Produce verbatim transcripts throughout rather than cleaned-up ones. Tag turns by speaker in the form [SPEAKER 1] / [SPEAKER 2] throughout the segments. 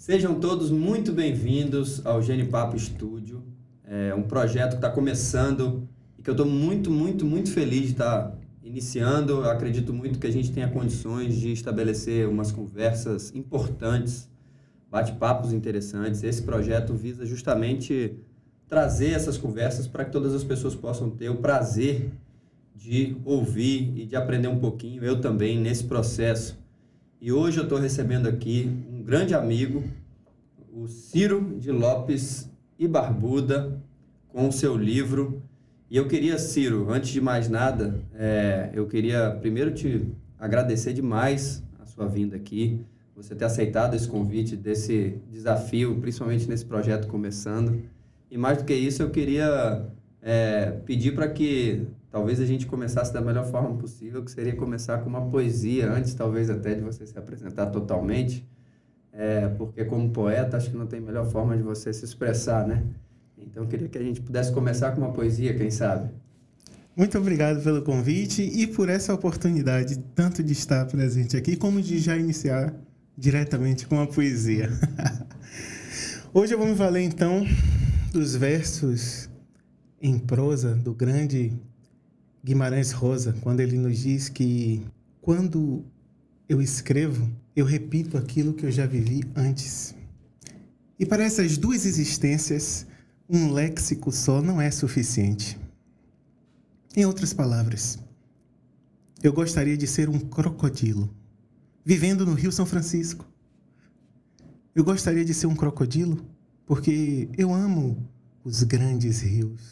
[SPEAKER 1] Sejam todos muito bem-vindos ao Genipapo Estúdio, é um projeto que está começando e que eu estou muito, muito, muito feliz de estar iniciando. Eu acredito muito que a gente tenha condições de estabelecer umas conversas importantes, bate-papos interessantes. Esse projeto visa justamente trazer essas conversas para que todas as pessoas possam ter o prazer de ouvir e de aprender um pouquinho, eu também, nesse processo. E hoje eu estou recebendo aqui um grande amigo, o Ciro de Lopes e Barbuda, com o seu livro. E eu queria, Ciro, antes de mais nada, é, eu queria primeiro te agradecer demais a sua vinda aqui, você ter aceitado esse convite, desse desafio, principalmente nesse projeto começando. E mais do que isso, eu queria é, pedir para que talvez a gente começasse da melhor forma possível, que seria começar com uma poesia, antes talvez até de você se apresentar totalmente, é, porque como poeta acho que não tem melhor forma de você se expressar, né? Então eu queria que a gente pudesse começar com uma poesia, quem sabe?
[SPEAKER 2] Muito obrigado pelo convite e por essa oportunidade, tanto de estar presente aqui, como de já iniciar diretamente com a poesia. Hoje eu vou me valer então dos versos em prosa do grande Guimarães Rosa, quando ele nos diz que quando eu escrevo, eu repito aquilo que eu já vivi antes. E para essas duas existências, um léxico só não é suficiente. Em outras palavras, eu gostaria de ser um crocodilo, vivendo no Rio São Francisco. Eu gostaria de ser um crocodilo porque eu amo os grandes rios.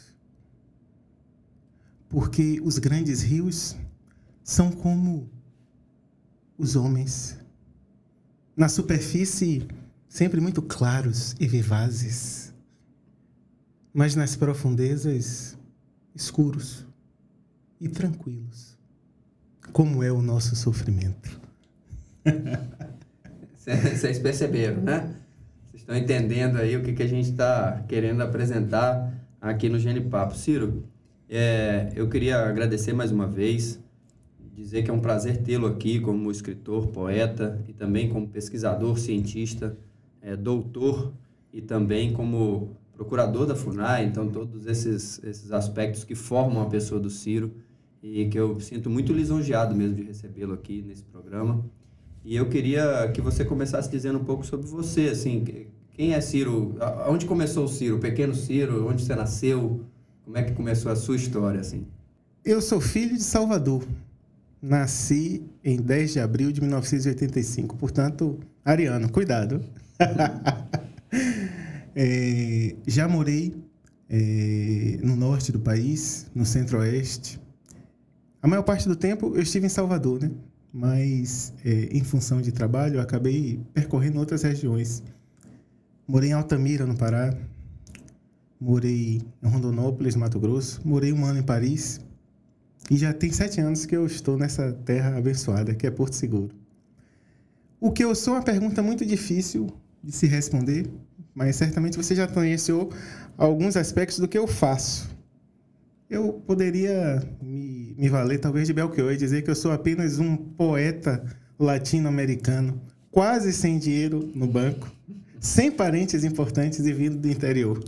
[SPEAKER 2] Porque os grandes rios são como os homens, na superfície sempre muito claros e vivazes, mas nas profundezas escuros e tranquilos, como é o nosso sofrimento.
[SPEAKER 1] Vocês perceberam, né? Vocês estão entendendo aí o que, que a gente está querendo apresentar aqui no Genipapo. Ciro, É, eu queria agradecer mais uma vez, dizer que é um prazer tê-lo aqui como escritor, poeta e também como pesquisador, cientista, é, doutor e também como procurador da FUNAI. Então todos esses, esses aspectos que formam a pessoa do Ciro e que eu sinto muito lisonjeado mesmo de recebê-lo aqui nesse programa. E eu queria que você começasse dizendo um pouco sobre você, assim, quem é Ciro, onde começou o Ciro, o pequeno Ciro, onde você nasceu? Como é que começou a sua história, assim?
[SPEAKER 2] Eu sou filho de Salvador. Nasci em dez de abril de mil novecentos e oitenta e cinco. Portanto, ariano, cuidado. é, já morei é, no norte do país, no centro-oeste. A maior parte do tempo eu estive em Salvador, né? Mas, é, em função de trabalho, eu acabei percorrendo outras regiões. Morei em Altamira, no Pará. Morei em Rondonópolis, Mato Grosso. Morei um ano em Paris. E já tem sete anos que eu estou nessa terra abençoada, que é Porto Seguro. O que eu sou é uma pergunta muito difícil de se responder, mas certamente você já conheceu alguns aspectos do que eu faço. Eu poderia me, me valer, talvez, de Belchior e dizer que eu sou apenas um poeta latino-americano, quase sem dinheiro no banco, sem parentes importantes e vindo do interior.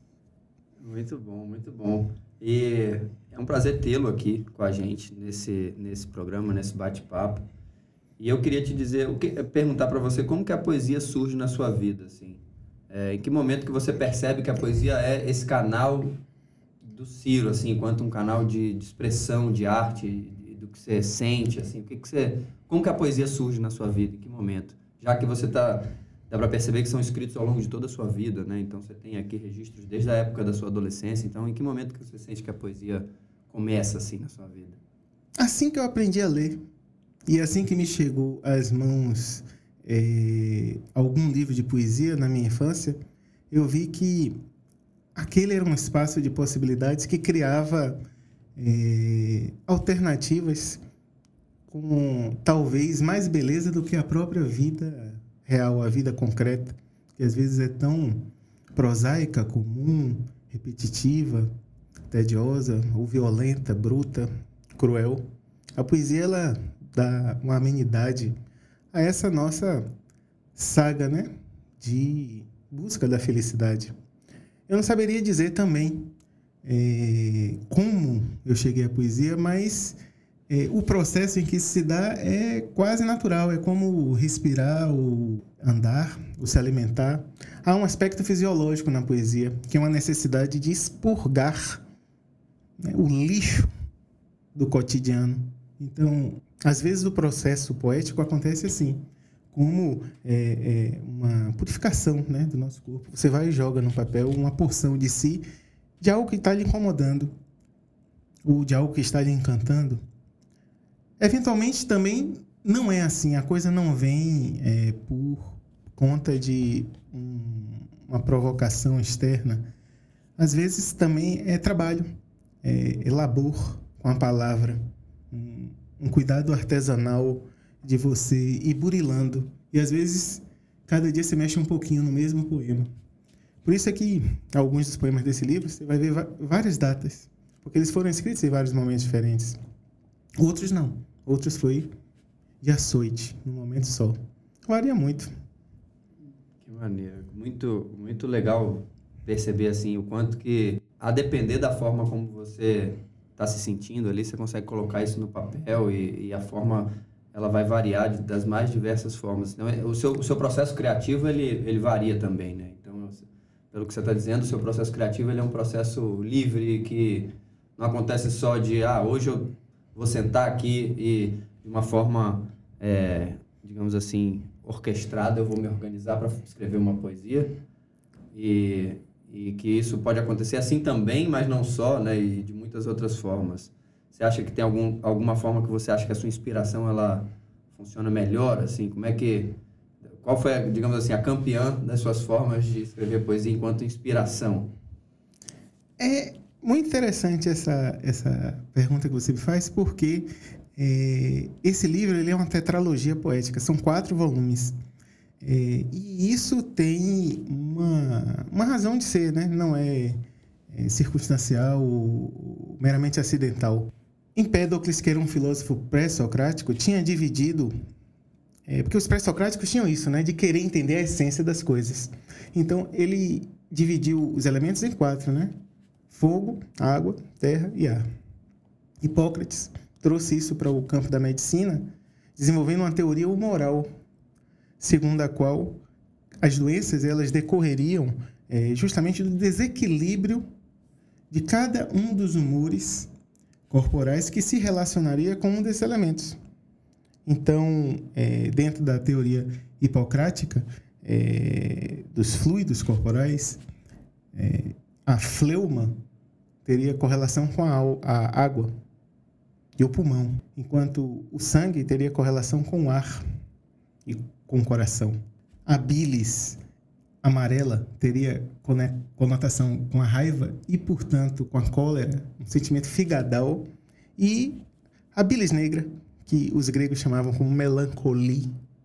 [SPEAKER 1] Muito bom, muito bom. E é um prazer tê-lo aqui com a gente nesse, nesse programa, nesse bate-papo. E eu queria te dizer, o que, perguntar para você como que a poesia surge na sua vida, assim. É, em que momento que você percebe que a poesia é esse canal do Ciro, assim, enquanto um canal de, de expressão, de arte, de, do que você sente, assim, o que que você, como que a poesia surge na sua vida, em que momento? Já que você está... Dá para perceber que são escritos ao longo de toda a sua vida, né? Então, você tem aqui registros desde a época da sua adolescência. Então, em que momento que você sente que a poesia começa, assim, na sua vida?
[SPEAKER 2] Assim que eu aprendi a ler, e assim que me chegou às mãos é, algum livro de poesia na minha infância, eu vi que aquele era um espaço de possibilidades que criava é, alternativas com talvez mais beleza do que a própria vida real, a vida concreta, que às vezes é tão prosaica, comum, repetitiva, tediosa ou violenta, bruta, cruel. A poesia, ela dá uma amenidade a essa nossa saga, né? de busca da felicidade. Eu não saberia dizer também é, como eu cheguei à poesia, mas é, o processo em que isso se dá é quase natural, é como respirar, ou andar, ou se alimentar. Há um aspecto fisiológico na poesia, que é uma necessidade de expurgar, né, o lixo do cotidiano. Então, às vezes o processo poético acontece assim, como é, é, uma purificação, né, do nosso corpo. Você vai e joga no papel uma porção de si, de algo que está lhe incomodando, ou de algo que está lhe encantando. Eventualmente também não é assim, a coisa não vem é, por conta de um, uma provocação externa. Às vezes também é trabalho, é, é labor com a palavra, um, um cuidado artesanal de você ir burilando. E às vezes, cada dia você mexe um pouquinho no mesmo poema. Por isso é que alguns dos poemas desse livro, você vai ver várias datas, porque eles foram escritos em vários momentos diferentes. Outros não. Outros foi de açoite, num momento só. Varia muito.
[SPEAKER 1] Que maneiro. Muito, muito legal perceber assim, o quanto que, a depender da forma como você está se sentindo ali, você consegue colocar isso no papel e, e a forma, ela vai variar de, das mais diversas formas. Então, o seu, o seu processo criativo, ele, ele varia também, né? Então, pelo que você está dizendo, o seu processo criativo, ele é um processo livre, que não acontece só de, ah, hoje eu vou sentar aqui e, de uma forma, é, digamos assim, orquestrada, eu vou me organizar para escrever uma poesia. E, e que isso pode acontecer assim também, mas não só, né? E de muitas outras formas. Você acha que tem algum, alguma forma que você acha que a sua inspiração, ela funciona melhor, assim? Como é que... Qual foi, digamos assim, a campeã das suas formas de escrever poesia enquanto inspiração?
[SPEAKER 2] É muito interessante essa, essa pergunta que você me faz, porque é, esse livro ele é uma tetralogia poética, são quatro volumes. É, e isso tem uma, uma razão de ser, né? Não é, é circunstancial ou meramente acidental. Empédocles, que era um filósofo pré-socrático, tinha dividido... É, porque os pré-socráticos tinham isso, né? De querer entender a essência das coisas. Então, ele dividiu os elementos em quatro, né? Fogo, água, terra e ar. Hipócrates trouxe isso para o campo da medicina, desenvolvendo uma teoria humoral, segundo a qual as doenças elas decorreriam é, justamente do desequilíbrio de cada um dos humores corporais que se relacionaria com um desses elementos. Então, é, dentro da teoria hipocrática é, dos fluidos corporais, é, a fleuma teria correlação com a, a água e o pulmão, enquanto o sangue teria correlação com o ar e com o coração. A bilis amarela teria conotação com a raiva e, portanto, com a cólera, um sentimento figadal. E a bilis negra, que os gregos chamavam como melancolia.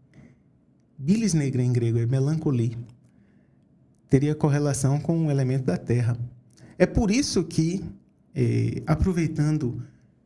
[SPEAKER 2] Bilis negra em grego é melancolia. Teria correlação com o elemento da terra. É por isso que, eh, aproveitando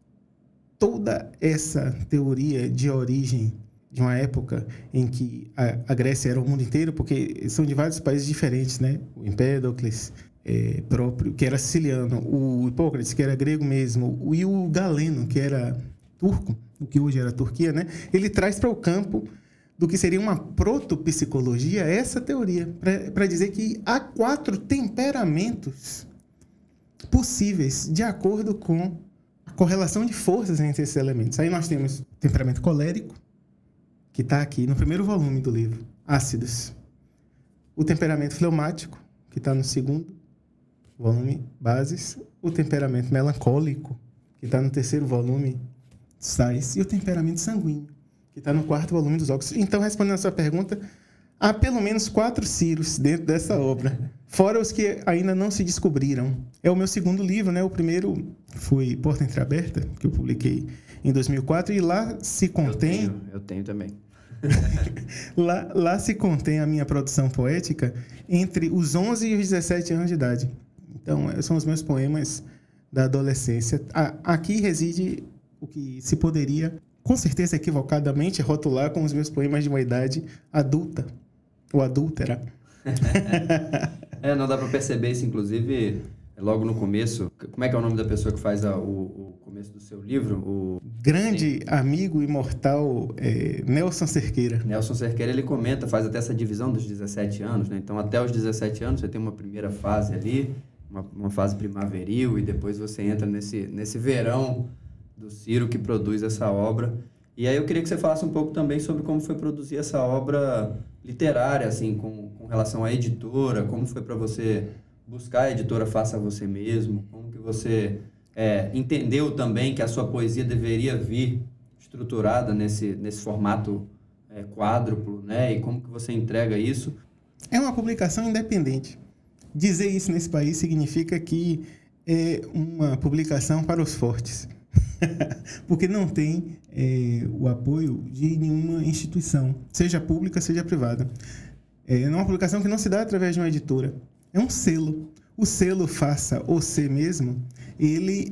[SPEAKER 2] toda essa teoria de origem de uma época em que a, a Grécia era o mundo inteiro, porque são de vários países diferentes, né? O Empédocles é, próprio, que era siciliano, o Hipócrates, que era grego mesmo, o, e o Galeno, que era turco, o que hoje era a Turquia, né? Ele traz para o campo do que seria uma protopsicologia essa teoria, para dizer que há quatro temperamentos possíveis de acordo com a correlação de forças entre esses elementos. Aí nós temos o temperamento colérico, que está aqui no primeiro volume do livro, ácidos. O temperamento fleumático, que está no segundo volume, bases. O temperamento melancólico, que está no terceiro volume, sais. E o temperamento sanguíneo, que está no quarto volume dos óxidos. Então, respondendo a sua pergunta, há pelo menos quatro Ciros dentro dessa obra, fora os que ainda não se descobriram. É o meu segundo livro, né? O primeiro foi Porta Entreaberta, que eu publiquei em dois mil e quatro, e lá se contém...
[SPEAKER 1] Eu tenho, eu tenho também.
[SPEAKER 2] lá, lá se contém a minha produção poética entre os onze e os dezessete anos de idade. Então, são os meus poemas da adolescência. Aqui reside o que se poderia, com certeza equivocadamente, rotular com os meus poemas de uma idade adulta. ou adúltera.
[SPEAKER 1] É, não dá para perceber isso, inclusive, logo no começo. Como é que é o nome da pessoa que faz a, o, o começo do seu livro? O
[SPEAKER 2] grande amigo imortal é, Nelson Cerqueira.
[SPEAKER 1] Nelson Cerqueira, ele comenta, faz até essa divisão dos dezessete anos, né? Então, até os dezessete anos, você tem uma primeira fase ali, uma, uma fase primaveril, e depois você entra nesse, nesse verão do Ciro que produz essa obra. E aí eu queria que você falasse um pouco também sobre como foi produzir essa obra literária, assim, com, com relação à editora, como foi para você buscar a editora Faça Você Mesmo, como que você é, entendeu também que a sua poesia deveria vir estruturada nesse, nesse formato é, quádruplo, né? E como que você entrega isso?
[SPEAKER 2] É uma publicação independente. Dizer isso nesse país significa que é uma publicação para os fortes. Porque não tem é, o apoio de nenhuma instituição, seja pública, seja privada. É uma publicação que não se dá através de uma editora. É um selo. O selo Faça Você Mesmo, ele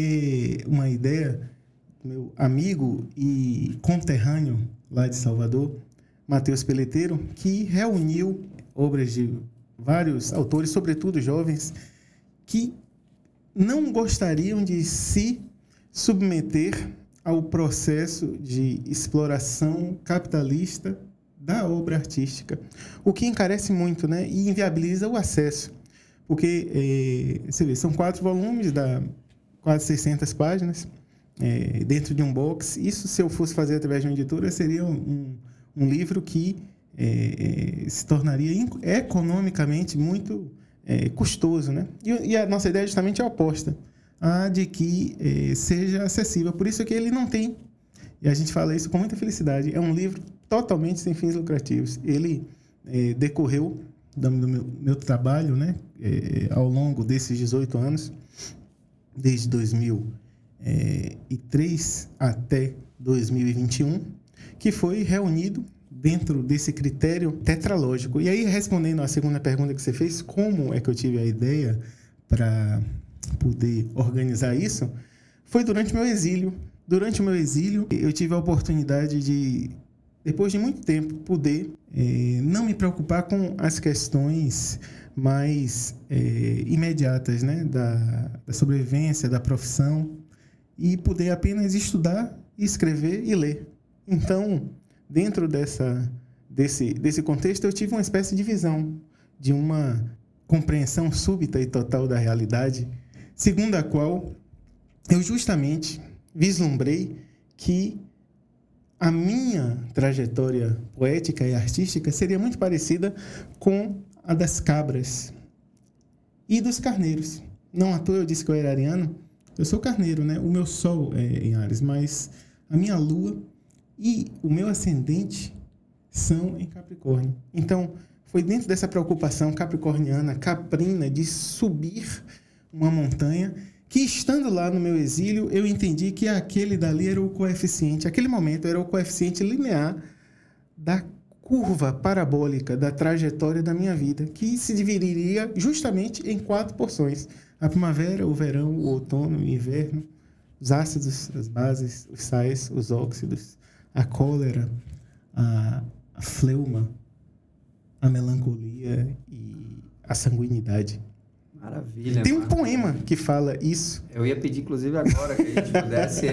[SPEAKER 2] é uma ideia do meu amigo e conterrâneo lá de Salvador, Matheus Peleteiro, que reuniu obras de vários autores, sobretudo jovens, que não gostariam de se submeter ao processo de exploração capitalista da obra artística, o que encarece muito, né? E inviabiliza o acesso, porque eh, você vê, são quatro volumes, dá quase seiscentas páginas, eh, dentro de um box. Isso, se eu fosse fazer através de uma editora, seria um, um livro que eh, se tornaria economicamente muito eh, custoso, né? E, e a nossa ideia justamente é a oposta, a de que eh, seja acessível. Por isso que ele não tem, e a gente fala isso com muita felicidade, é um livro totalmente sem fins lucrativos. Ele eh, decorreu do meu, meu trabalho, né, eh, ao longo desses dezoito anos, desde dois mil e três até dois mil e vinte e um, que foi reunido dentro desse critério tetralógico. E aí, respondendo à segunda pergunta que você fez, como é que eu tive a ideia para poder organizar isso, foi durante o meu exílio. Durante o meu exílio, eu tive a oportunidade de, depois de muito tempo, poder eh, não me preocupar com as questões mais eh, imediatas, né, da, da sobrevivência, da profissão, e poder apenas estudar, escrever e ler. Então, dentro dessa, desse, desse contexto, eu tive uma espécie de visão, de uma compreensão súbita e total da realidade, segundo a qual eu justamente vislumbrei que a minha trajetória poética e artística seria muito parecida com a das cabras e dos carneiros. Não à toa eu disse que eu era ariano, eu sou carneiro, né? O meu sol é em Áries, mas a minha lua e o meu ascendente são em Capricórnio. Então, foi dentro dessa preocupação capricorniana, caprina, de subir uma montanha, que estando lá no meu exílio, eu entendi que aquele dali era o coeficiente, aquele momento era o coeficiente linear da curva parabólica da trajetória da minha vida, que se dividiria justamente em quatro porções: a primavera, o verão, o outono, o inverno, os ácidos, as bases, os sais, os óxidos, a cólera, a, a fleuma, a melancolia e a sanguinidade.
[SPEAKER 1] Maravilha.
[SPEAKER 2] Tem um
[SPEAKER 1] maravilha.
[SPEAKER 2] poema que fala isso.
[SPEAKER 1] Eu ia pedir, inclusive, agora que a gente pudesse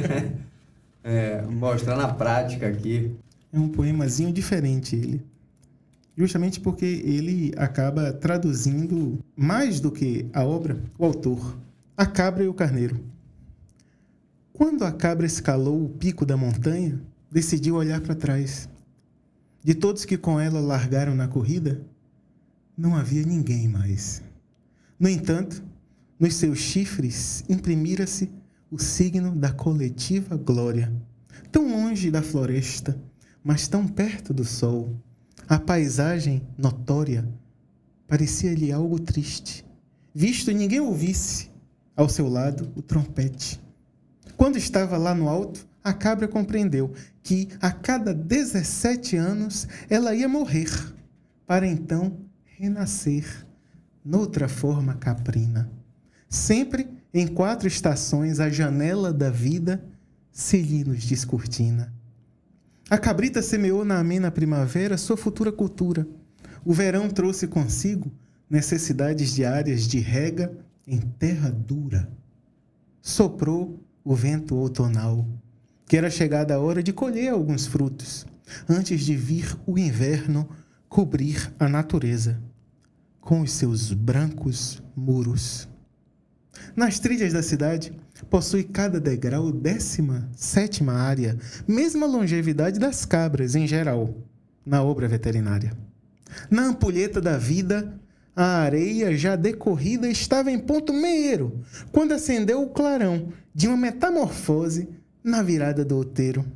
[SPEAKER 1] é, mostrar na prática aqui.
[SPEAKER 2] É um poemazinho diferente, ele. Justamente porque ele acaba traduzindo, mais do que a obra, o autor, a cabra e o carneiro. Quando a cabra escalou o pico da montanha, decidiu olhar para trás. De todos que com ela largaram na corrida, não havia ninguém mais. No entanto, nos seus chifres imprimira-se o signo da coletiva glória. Tão longe da floresta, mas tão perto do sol, a paisagem notória parecia-lhe algo triste, visto ninguém ouvisse ao seu lado o trompete. Quando estava lá no alto, a cabra compreendeu que a cada dezessete anos ela ia morrer, para então renascer noutra forma caprina. Sempre em quatro estações a janela da vida se lhe nos descortina. A cabrita semeou na amena primavera sua futura cultura. O verão trouxe consigo necessidades diárias de rega em terra dura. Soprou o vento outonal, que era chegada a hora de colher alguns frutos, antes de vir o inverno cobrir a natureza com os seus brancos muros. Nas trilhas da cidade, possui cada degrau décima sétima área, mesma longevidade das cabras em geral, na obra veterinária. Na ampulheta da vida, a areia já decorrida estava em ponto meieiro, quando acendeu o clarão de uma metamorfose na virada do outeiro.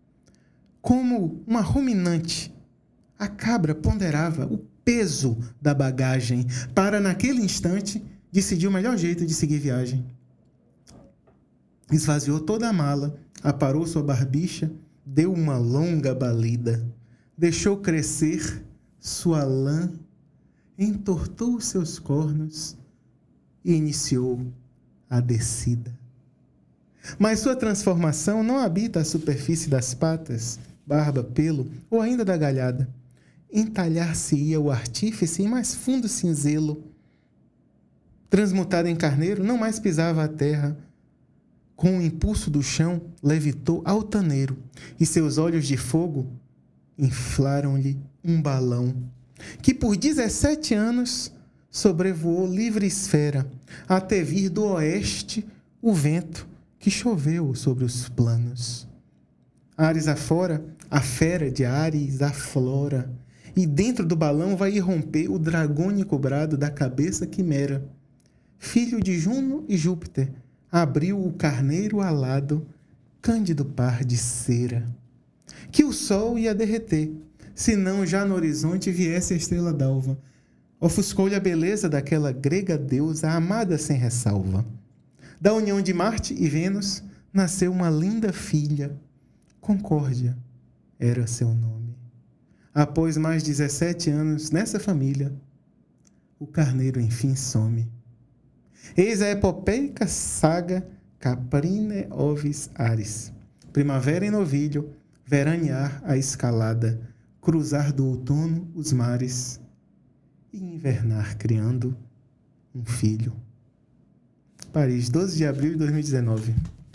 [SPEAKER 2] Como uma ruminante, a cabra ponderava o peso da bagagem para, naquele instante, decidir o melhor jeito de seguir viagem. Esvaziou toda a mala, aparou sua barbicha, deu uma longa balida, deixou crescer sua lã, entortou os seus cornos e iniciou a descida. Mas sua transformação não habita a superfície das patas, barba, pelo ou ainda da galhada. Entalhar-se-ia o artífice em mais fundo cinzelo. Transmutado em carneiro, não mais pisava a terra. Com o impulso do chão, levitou altaneiro, e seus olhos de fogo inflaram-lhe um balão, que por dezessete anos sobrevoou livre esfera, até vir do oeste o vento que choveu sobre os planos. Ares afora, a fera de Ares aflora, e dentro do balão vai irromper o dragônico brado da cabeça quimera. Filho de Juno e Júpiter, abriu o carneiro alado, cândido par de cera, que o sol ia derreter, senão já no horizonte viesse a estrela d'alva. Ofuscou-lhe a beleza daquela grega deusa amada sem ressalva. Da união de Marte e Vênus nasceu uma linda filha, Concórdia era seu nome. Após mais dezessete anos nessa família, o carneiro enfim some. Eis a epopeica saga Caprine Ovis Ares. Primavera em novilho, veranear a escalada, cruzar do outono os mares e invernar criando um filho. Paris, doze de abril de dois mil e dezenove.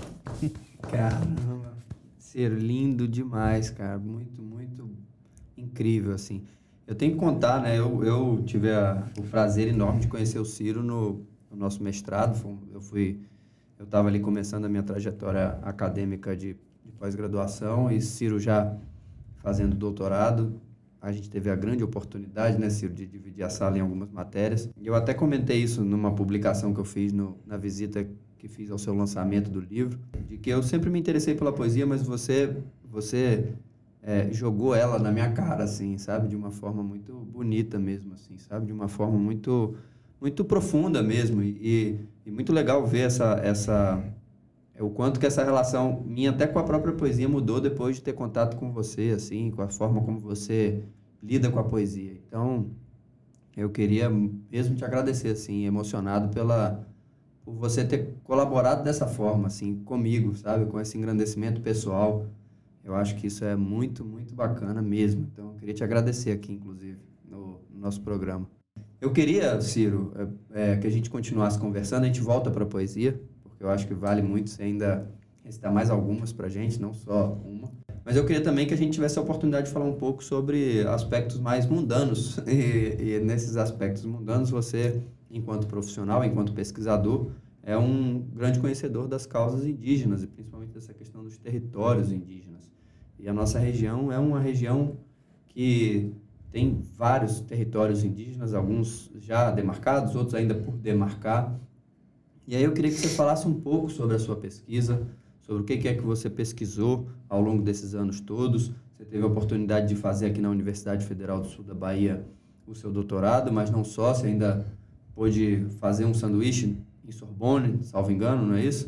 [SPEAKER 1] Caramba. Ciro, lindo demais, cara. Muito, muito incrível, assim. Eu tenho que contar, né? Eu, eu tive a, o prazer enorme de conhecer o Ciro no, no nosso mestrado. Eu fui... Eu estava ali começando a minha trajetória acadêmica de, de pós-graduação e Ciro já fazendo doutorado. A gente teve a grande oportunidade, né, Ciro, de dividir a sala em algumas matérias. E eu até comentei isso numa publicação que eu fiz no, na visita que fiz ao seu lançamento do livro, de que eu sempre me interessei pela poesia, mas você, você é, jogou ela na minha cara, assim, sabe? De uma forma muito bonita mesmo, assim, sabe? De uma forma muito, muito profunda mesmo. E, e muito legal ver essa, essa, o quanto que essa relação minha até com a própria poesia mudou depois de ter contato com você, assim, com a forma como você lida com a poesia. Então, eu queria mesmo te agradecer, assim, emocionado pela... por você ter colaborado dessa forma, assim, comigo, sabe? Com esse engrandecimento pessoal. Eu acho que isso é muito, muito bacana mesmo. Então, eu queria te agradecer aqui, inclusive, no, no nosso programa. Eu queria, Ciro, é, é, que a gente continuasse conversando. A gente volta para a poesia, porque eu acho que vale muito você ainda recitar mais algumas para a gente, não só uma. Mas eu queria também que a gente tivesse a oportunidade de falar um pouco sobre aspectos mais mundanos. E, e nesses aspectos mundanos, você... enquanto profissional, enquanto pesquisador, é um grande conhecedor das causas indígenas e principalmente dessa questão dos territórios indígenas. E a nossa região é uma região que tem vários territórios indígenas, alguns já demarcados, outros ainda por demarcar. E aí eu queria que você falasse um pouco sobre a sua pesquisa, sobre o que é que você pesquisou ao longo desses anos todos. Você teve a oportunidade de fazer aqui na Universidade Federal do Sul da Bahia o seu doutorado, mas não só, você ainda pôde fazer um sanduíche em Sorbonne, salvo engano, não é isso?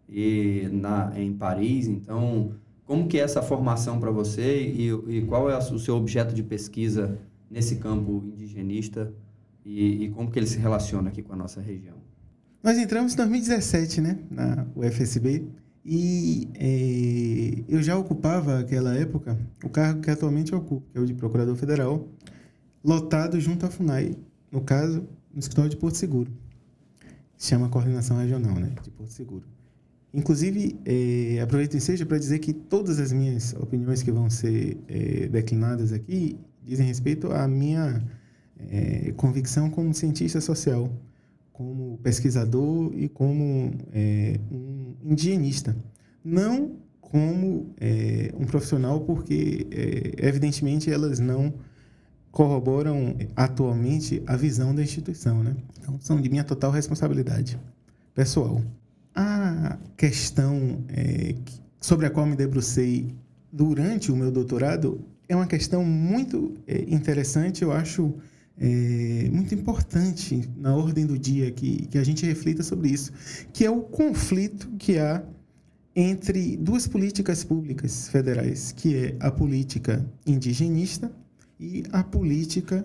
[SPEAKER 1] E na, em Paris. Então, como que é essa formação para você e, e qual é o seu objeto de pesquisa nesse campo indigenista e, e como que ele se relaciona aqui com a nossa região?
[SPEAKER 2] Nós entramos em dois mil e dezessete, né, na U F S B, E é, eu já ocupava, naquela época, o cargo que atualmente eu ocupo, que é o de Procurador Federal, lotado junto à FUNAI, no caso, no escritório de Porto Seguro. Se chama Coordenação Regional, né, de Porto Seguro. Inclusive, é, aproveito o ensejo para dizer que todas as minhas opiniões que vão ser é, declinadas aqui dizem respeito à minha é, convicção como cientista social, como pesquisador e como é, um indigenista. Não como é, um profissional, porque, é, evidentemente, elas não corroboram atualmente a visão da instituição, né? Então, são de minha total responsabilidade pessoal. A questão é, sobre a qual me debrucei durante o meu doutorado é uma questão muito é, interessante, eu acho é, muito importante na ordem do dia que, que a gente reflita sobre isso, que é o conflito que há entre duas políticas públicas federais, que é a política indigenista e a política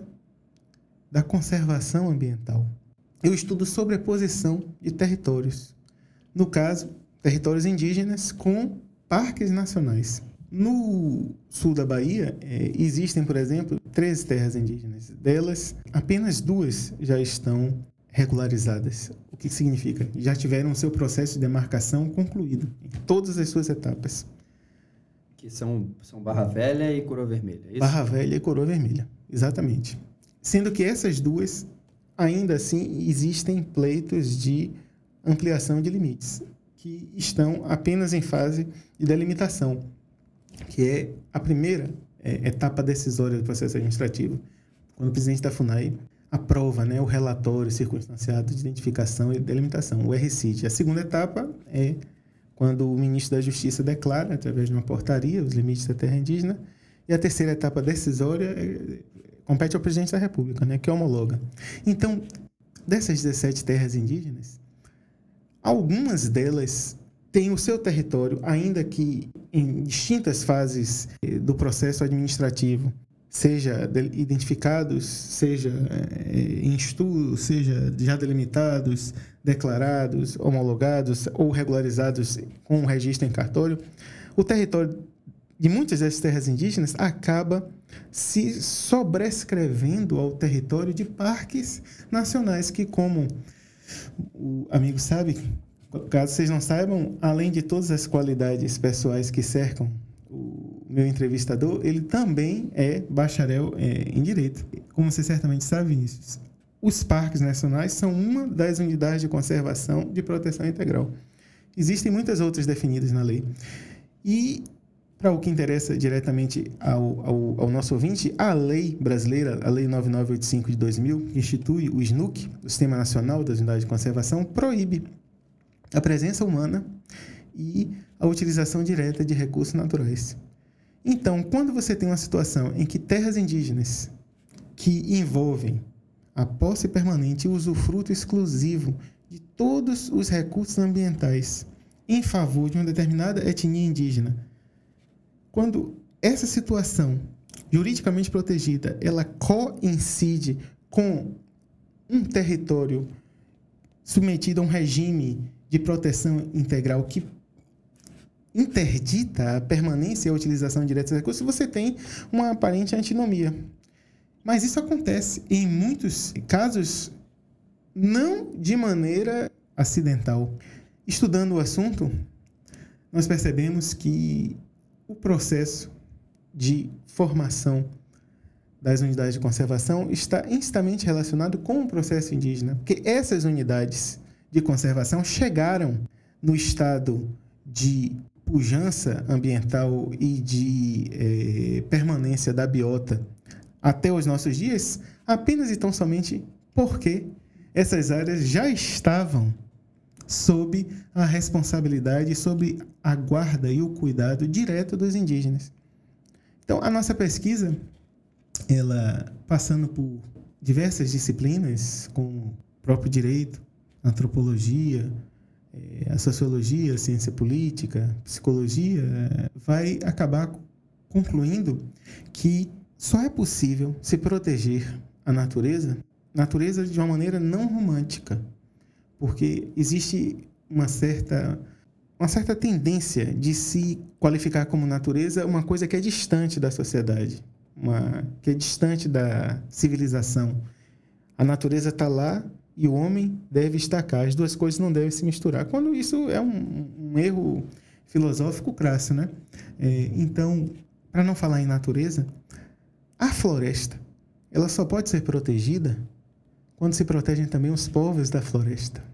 [SPEAKER 2] da conservação ambiental. Eu estudo sobreposição de territórios. No caso, territórios indígenas com parques nacionais. No sul da Bahia, é, existem, por exemplo, treze terras indígenas. Delas, apenas duas já estão regularizadas. O que significa? Já tiveram seu processo de demarcação concluído, em todas as suas etapas.
[SPEAKER 1] Que são, são Barra Velha e Coroa Vermelha, é isso?
[SPEAKER 2] Barra Velha e Coroa Vermelha, exatamente. Sendo que essas duas, ainda assim, existem pleitos de ampliação de limites, que estão apenas em fase de delimitação, que é a primeira é, etapa decisória do processo administrativo, quando o presidente da FUNAI aprova, né, o relatório circunstanciado de identificação e delimitação, o R C I D. A segunda etapa é quando o ministro da Justiça declara, através de uma portaria, os limites da terra indígena, e a terceira etapa decisória é, compete ao presidente da República, né, que homologa. Então, dessas dezessete terras indígenas, algumas delas têm o seu território, ainda que em distintas fases do processo administrativo, seja identificados, seja em estudo, seja já delimitados, declarados, homologados ou regularizados com o registro em cartório, o território de muitas dessas terras indígenas acaba se sobrescrevendo ao território de parques nacionais que, como o amigo sabe, caso vocês não saibam, além de todas as qualidades pessoais que cercam o meu entrevistador, ele também é bacharel é, em Direito. Como você certamente sabe, Vinícius, os parques nacionais são uma das unidades de conservação de proteção integral. Existem muitas outras definidas na lei. E, para o que interessa diretamente ao, ao, ao nosso ouvinte, a lei brasileira, a Lei nove mil novecentos e oitenta e cinco de dois mil, que institui o S N U C, o Sistema Nacional das Unidades de Conservação, proíbe a presença humana e a utilização direta de recursos naturais. Então, quando você tem uma situação em que terras indígenas que envolvem a posse permanente e o usufruto exclusivo de todos os recursos ambientais em favor de uma determinada etnia indígena, quando essa situação juridicamente protegida, ela coincide com um território submetido a um regime de proteção integral que interdita a permanência e a utilização direta dos recursos, você tem uma aparente antinomia. Mas isso acontece em muitos casos não de maneira acidental. Estudando o assunto, nós percebemos que o processo de formação das unidades de conservação está intimamente relacionado com o processo indígena, porque essas unidades de conservação chegaram no estado de pujança ambiental e de eh, permanência da biota até os nossos dias, apenas e tão somente porque essas áreas já estavam sob a responsabilidade, sob a guarda e o cuidado direto dos indígenas. Então, a nossa pesquisa, ela passando por diversas disciplinas, como o próprio direito, antropologia, a sociologia, a ciência política, psicologia, vai acabar concluindo que só é possível se proteger a natureza, natureza de uma maneira não romântica, porque existe uma certa uma certa tendência de se qualificar como natureza uma coisa que é distante da sociedade, uma, que é distante da civilização. A natureza está lá e o homem deve estar cá. As duas coisas não devem se misturar. Quando isso é um, um erro filosófico crasso, né? É, então, para não falar em natureza, a floresta, ela só pode ser protegida quando se protegem também os povos da floresta.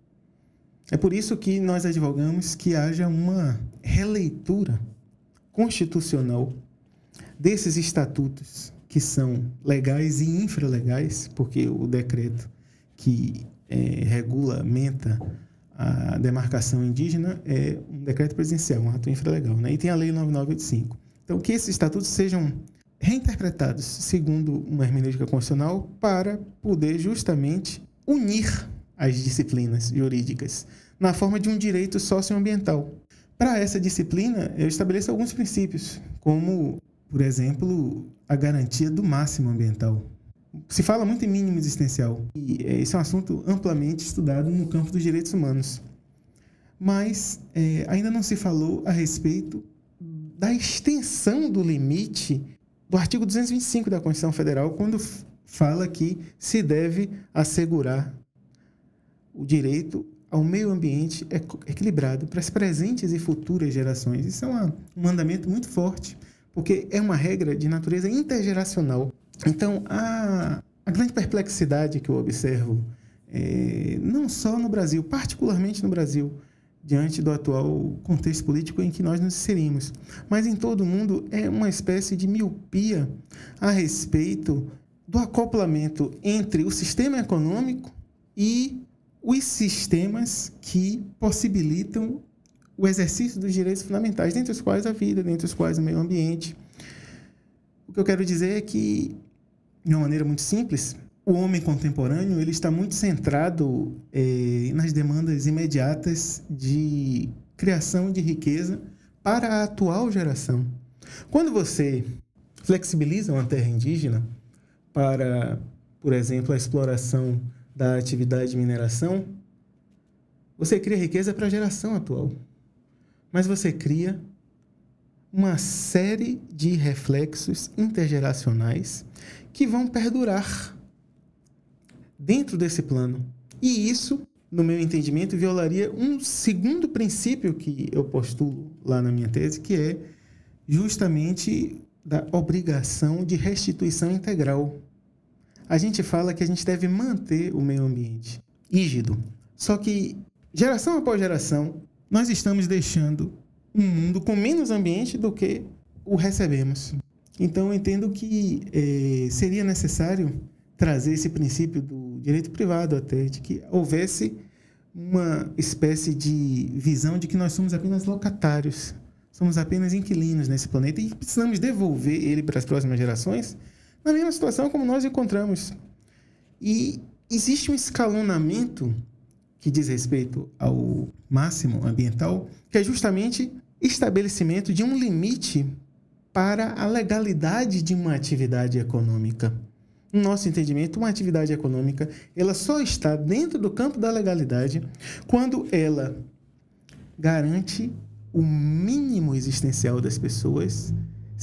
[SPEAKER 2] É por isso que nós advogamos que haja uma releitura constitucional desses estatutos que são legais e infralegais, porque o decreto que é, regulamenta a demarcação indígena é um decreto presidencial, um ato infralegal, né? E tem a Lei nove mil novecentos e oitenta e cinco. Então, que esses estatutos sejam reinterpretados segundo uma hermenêutica constitucional para poder justamente unir as disciplinas jurídicas na forma de um direito socioambiental. Para essa disciplina, eu estabeleço alguns princípios, como, por exemplo, a garantia do máximo ambiental. Se fala muito em mínimo existencial, e esse é um assunto amplamente estudado no campo dos direitos humanos. Mas é, ainda não se falou a respeito da extensão do limite do artigo duzentos e vinte e cinco da Constituição Federal, quando fala que se deve assegurar o direito ao meio ambiente equilibrado para as presentes e futuras gerações. Isso é uma, um mandamento muito forte, porque é uma regra de natureza intergeracional. Então, a, a grande perplexidade que eu observo, é, não só no Brasil, particularmente no Brasil, diante do atual contexto político em que nós nos inserimos, mas em todo o mundo, é uma espécie de miopia a respeito do acoplamento entre o sistema econômico e os sistemas que possibilitam o exercício dos direitos fundamentais, dentre os quais a vida, dentre os quais o meio ambiente. O que eu quero dizer é que, de uma maneira muito simples, o homem contemporâneo ele está muito centrado eh, nas demandas imediatas de criação de riqueza para a atual geração. Quando você flexibiliza uma terra indígena para, por exemplo, a exploração da atividade de mineração, você cria riqueza para a geração atual. Mas você cria uma série de reflexos intergeracionais que vão perdurar dentro desse plano. E isso, no meu entendimento, violaria um segundo princípio que eu postulo lá na minha tese, que é justamente da obrigação de restituição integral. A gente fala que a gente deve manter o meio ambiente rígido. Só que, geração após geração, nós estamos deixando um mundo com menos ambiente do que o recebemos. Então, eu entendo que eh, seria necessário trazer esse princípio do direito privado até, de que houvesse uma espécie de visão de que nós somos apenas locatários, somos apenas inquilinos nesse planeta e precisamos devolver ele para as próximas gerações na mesma situação como nós encontramos. E existe um escalonamento que diz respeito ao máximo ambiental, que é justamente estabelecimento de um limite para a legalidade de uma atividade econômica. No nosso entendimento, uma atividade econômica ela só está dentro do campo da legalidade quando ela garante o mínimo existencial das pessoas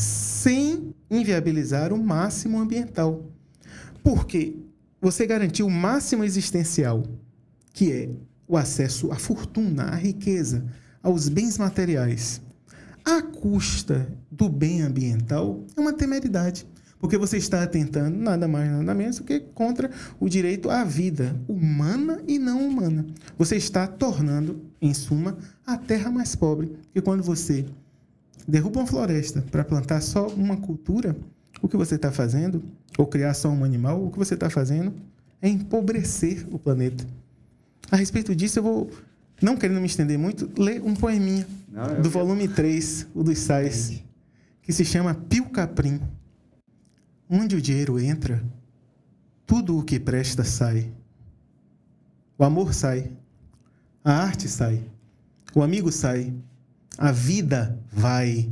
[SPEAKER 2] sem inviabilizar o máximo ambiental. Porque você garantiu o máximo existencial, que é o acesso à fortuna, à riqueza, aos bens materiais, à custa do bem ambiental, é uma temeridade. Porque você está atentando nada mais, nada menos do que contra o direito à vida humana e não humana. Você está tornando, em suma, a terra mais pobre. Porque quando você derruba uma floresta para plantar só uma cultura, o que você está fazendo, ou criar só um animal, o que você está fazendo é empobrecer o planeta. A respeito disso, eu vou, não querendo me estender muito, ler um poeminha não, do volume três, o dos Sais, que se chama Pio Caprim. Onde o dinheiro entra, tudo o que presta sai. O amor sai, a arte sai, o amigo sai, a vida vai.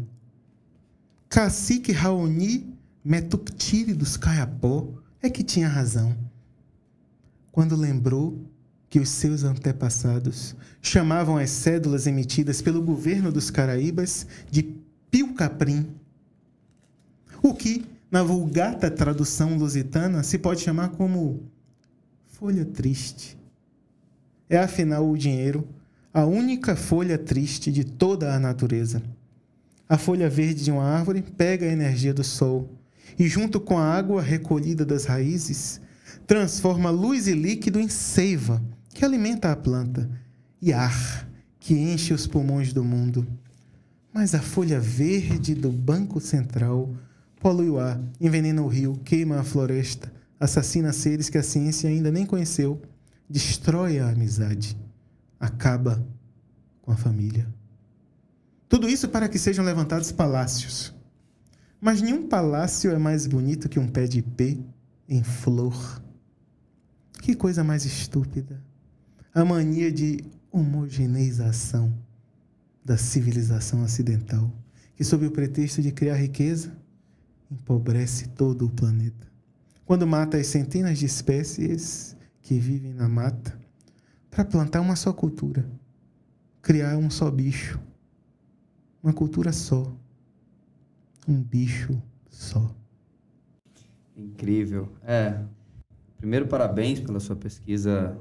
[SPEAKER 2] Cacique Raoni Metuctiri dos Caiapó é que tinha razão quando lembrou que os seus antepassados chamavam as cédulas emitidas pelo governo dos Caraíbas de pio-caprim, o que, na vulgata tradução lusitana, se pode chamar como folha triste. É, afinal, o dinheiro a única folha triste de toda a natureza. A folha verde de uma árvore pega a energia do sol e, junto com a água recolhida das raízes, transforma luz e líquido em seiva, que alimenta a planta, e ar, que enche os pulmões do mundo. Mas a folha verde do Banco Central polui o ar, envenena o rio, queima a floresta, assassina seres que a ciência ainda nem conheceu, destrói a amizade, acaba com a família. Tudo isso para que sejam levantados palácios. Mas nenhum palácio é mais bonito que um pé de ipê em flor. Que coisa mais estúpida! A mania de homogeneização da civilização ocidental, que, sob o pretexto de criar riqueza, empobrece todo o planeta. Quando mata as centenas de espécies que vivem na mata para plantar uma só cultura, criar um só bicho, uma cultura só, um bicho só.
[SPEAKER 1] Incrível. É, primeiro, parabéns pela sua pesquisa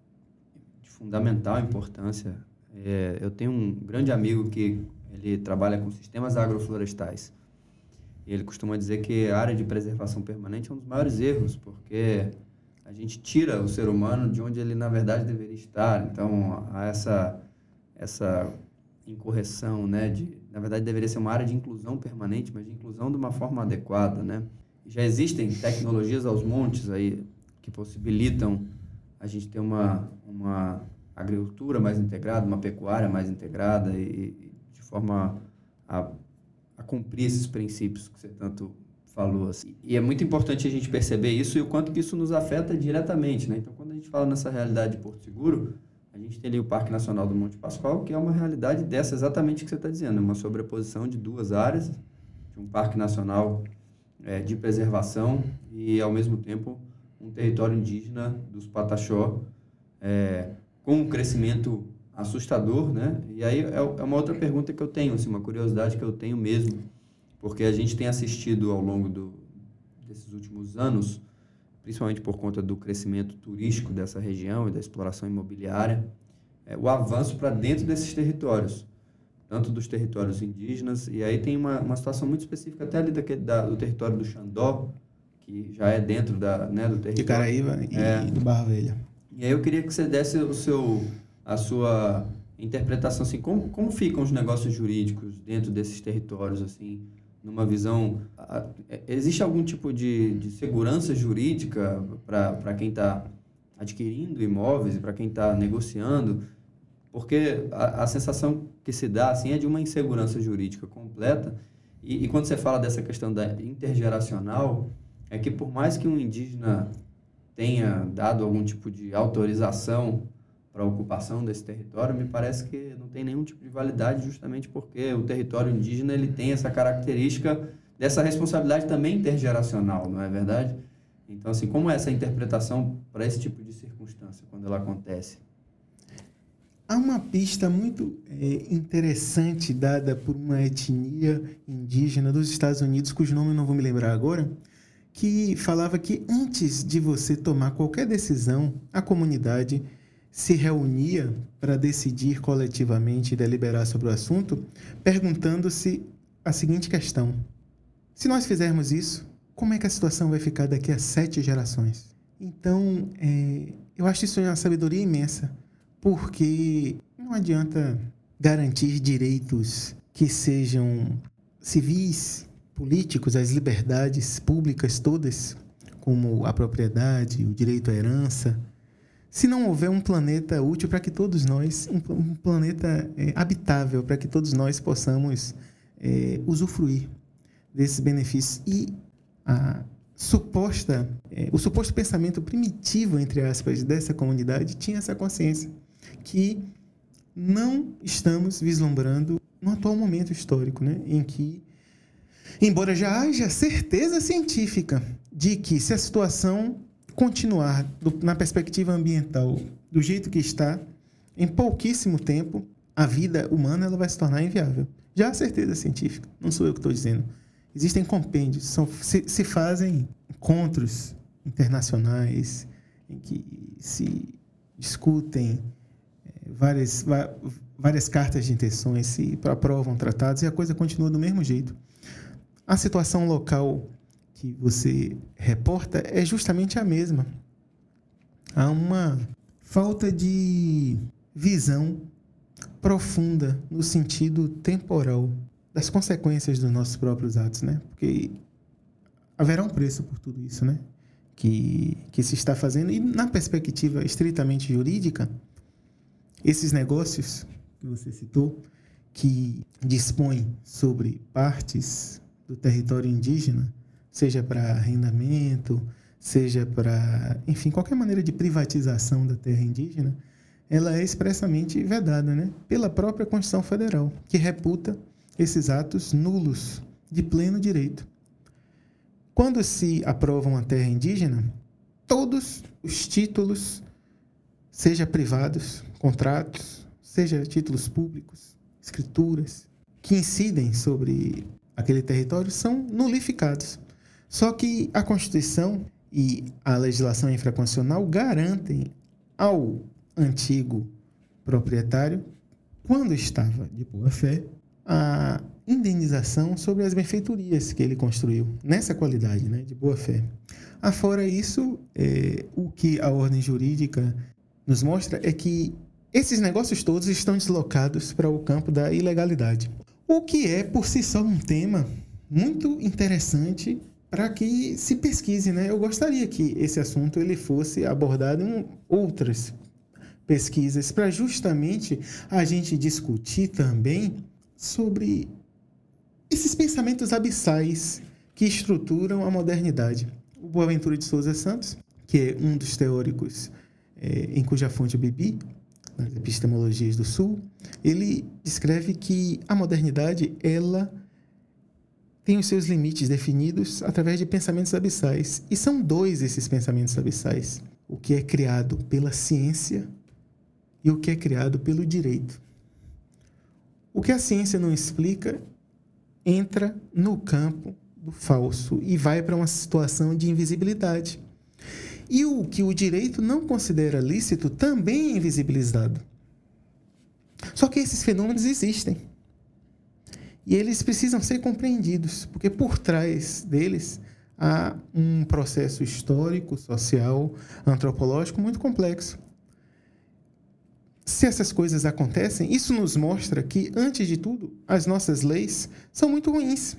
[SPEAKER 1] de fundamental importância. É, eu tenho um grande amigo que ele trabalha com sistemas agroflorestais. E ele costuma dizer que a área de preservação permanente é um dos maiores erros, porque a gente tira o ser humano de onde ele, na verdade, deveria estar. Então, há essa, essa incorreção, né? De, na verdade, deveria ser uma área de inclusão permanente, mas de inclusão de uma forma adequada, né? Já existem tecnologias aos montes aí que possibilitam a gente ter uma, uma agricultura mais integrada, uma pecuária mais integrada e, e de forma a, a cumprir esses princípios que você tanto falou. Assim. E é muito importante a gente perceber isso e o quanto que isso nos afeta diretamente, né? Então, quando a gente fala nessa realidade de Porto Seguro, a gente tem ali o Parque Nacional do Monte Pascoal, que é uma realidade dessa exatamente que você está dizendo, uma sobreposição de duas áreas, de um Parque Nacional é, de preservação e, ao mesmo tempo, um território indígena dos Pataxó, é, com um crescimento assustador, né? E aí é uma outra pergunta que eu tenho, assim, uma curiosidade que eu tenho mesmo, porque a gente tem assistido ao longo do, desses últimos anos, principalmente por conta do crescimento turístico dessa região e da exploração imobiliária, é, o avanço para dentro desses territórios, tanto dos territórios indígenas, e aí tem uma, uma situação muito específica até ali daquele, da, do território do Xandó, que já é dentro da, né, do território.
[SPEAKER 2] De Caraíba e é, do Barra Velha.
[SPEAKER 1] E aí eu queria que você desse o seu, a sua interpretação, assim, como, como ficam os negócios jurídicos dentro desses territórios, assim, numa visão... A, existe algum tipo de, de segurança jurídica para quem está adquirindo imóveis e para quem está negociando? Porque a, a sensação que se dá, assim, é de uma insegurança jurídica completa. E, e quando você fala dessa questão da intergeracional, é que por mais que um indígena tenha dado algum tipo de autorização para a ocupação desse território, me parece que não tem nenhum tipo de validade, justamente porque o território indígena ele tem essa característica dessa responsabilidade também intergeracional, não é verdade? Então, assim, como é essa interpretação para esse tipo de circunstância, quando ela acontece?
[SPEAKER 2] Há uma pista muito é, interessante dada por uma etnia indígena dos Estados Unidos, cujo nome eu não vou me lembrar agora, que falava que antes de você tomar qualquer decisão, a comunidade se reunia para decidir coletivamente e deliberar sobre o assunto, perguntando-se a seguinte questão: se nós fizermos isso, como é que a situação vai ficar daqui a sete gerações? Então, é, eu acho isso uma sabedoria imensa, porque não adianta garantir direitos que sejam civis, políticos, as liberdades públicas todas, como a propriedade, o direito à herança, se não houver um planeta útil para que todos nós, um, um planeta é, habitável, para que todos nós possamos é, usufruir desses benefícios. E a suposta, é, o suposto pensamento primitivo, entre aspas, dessa comunidade tinha essa consciência que não estamos vislumbrando no atual momento histórico, né, em que, embora já haja certeza científica de que se a situação continuar do, na perspectiva ambiental do jeito que está, em pouquíssimo tempo, a vida humana ela vai se tornar inviável. Já há certeza científica, não sou eu que estou dizendo. Existem compêndios, são, se, se fazem encontros internacionais em que se discutem é, várias, várias cartas de intenções, se aprovam tratados e a coisa continua do mesmo jeito. A situação local que você reporta é justamente a mesma. Há uma falta de visão profunda no sentido temporal das consequências dos nossos próprios atos, né? Porque haverá um preço por tudo isso, né? Que, que se está fazendo. E na perspectiva estritamente jurídica, esses negócios que você citou, que dispõem sobre partes do território indígena, seja para arrendamento, seja para, enfim, qualquer maneira de privatização da terra indígena, ela é expressamente vedada, né? Pela própria Constituição Federal, que reputa esses atos nulos, de pleno direito. Quando se aprova uma terra indígena, todos os títulos, seja privados, contratos, seja títulos públicos, escrituras, que incidem sobre aquele território, são nulificados. Só que a Constituição e a legislação infraconstitucional garantem ao antigo proprietário, quando estava de boa fé, a indenização sobre as benfeitorias que ele construiu, nessa qualidade, né, de boa fé. Afora isso, é, o que a ordem jurídica nos mostra é que esses negócios todos estão deslocados para o campo da ilegalidade. O que é, por si só, um tema muito interessante para que se pesquise, né? Eu gostaria que esse assunto ele fosse abordado em outras pesquisas, para justamente a gente discutir também sobre esses pensamentos abissais que estruturam a modernidade. O Boaventura de Souza Santos, que é um dos teóricos é, em cuja fonte eu bebi, nas epistemologias do Sul, ele descreve que a modernidade ela tem os seus limites definidos através de pensamentos abissais. E são dois esses pensamentos abissais. O que é criado pela ciência e o que é criado pelo direito. O que a ciência não explica entra no campo do falso e vai para uma situação de invisibilidade. E o que o direito não considera lícito também é invisibilizado. Só que esses fenômenos existem. E eles precisam ser compreendidos, porque por trás deles há um processo histórico, social, antropológico muito complexo. Se essas coisas acontecem, isso nos mostra que, antes de tudo, as nossas leis são muito ruins.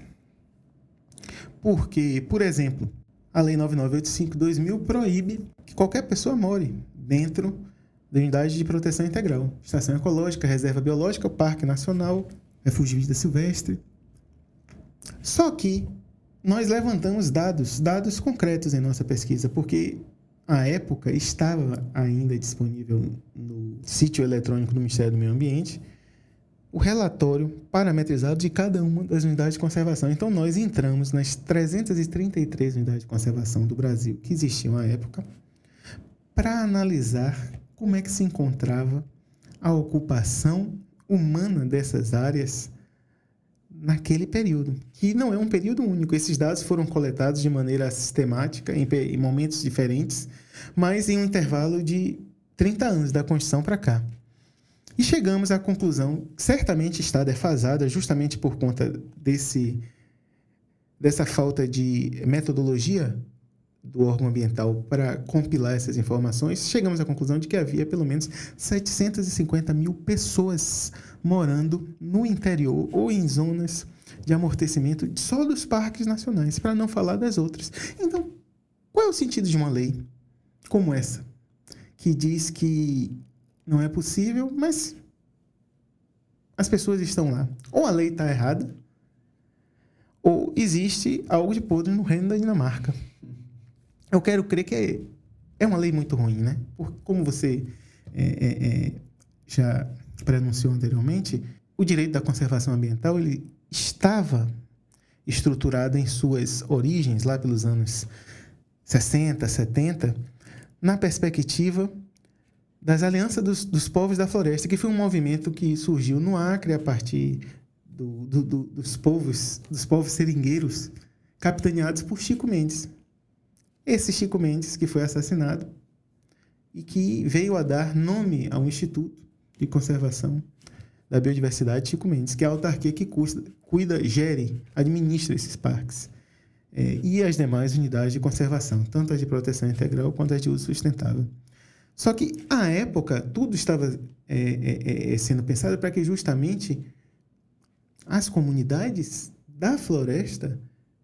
[SPEAKER 2] Porque, por exemplo, a Lei nove mil novecentos e oitenta e cinco de dois mil proíbe que qualquer pessoa more dentro da unidade de proteção integral. Estação ecológica, reserva biológica, parque nacional, refúgio de vida silvestre. Só que nós levantamos dados, dados concretos em nossa pesquisa, porque à época estava ainda disponível no sítio eletrônico do Ministério do Meio Ambiente o relatório parametrizado de cada uma das unidades de conservação. Então, nós entramos nas trezentas e trinta e três unidades de conservação do Brasil que existiam à época para analisar como é que se encontrava a ocupação humana dessas áreas naquele período, que não é um período único. Esses dados foram coletados de maneira sistemática, em, em momentos diferentes, mas em um intervalo de trinta anos da Constituição para cá. E chegamos à conclusão que certamente está defasada justamente por conta desse, dessa falta de metodologia do órgão ambiental para compilar essas informações. Chegamos à conclusão de que havia pelo menos setecentas e cinquenta mil pessoas morando no interior ou em zonas de amortecimento só dos parques nacionais, para não falar das outras. Então, qual é o sentido de uma lei como essa, que diz que não é possível, mas as pessoas estão lá? Ou a lei está errada, ou existe algo de podre no reino da Dinamarca. Eu quero crer que é, é uma lei muito ruim, né? Porque, como você é, é, é, já pronunciou anteriormente, o direito da conservação ambiental ele estava estruturado em suas origens, lá pelos anos sessenta, setenta, na perspectiva das Alianças dos, dos Povos da Floresta, que foi um movimento que surgiu no Acre a partir do, do, do, dos, povos, dos povos seringueiros, capitaneados por Chico Mendes. Esse Chico Mendes, que foi assassinado e que veio a dar nome ao Instituto de Conservação da Biodiversidade Chico Mendes, que é a autarquia que cuida, cuida gere, administra esses parques. É, e as demais unidades de conservação, tanto as de proteção integral quanto as de uso sustentável. Só que, à época, tudo estava é, é, é, sendo pensado para que justamente as comunidades da floresta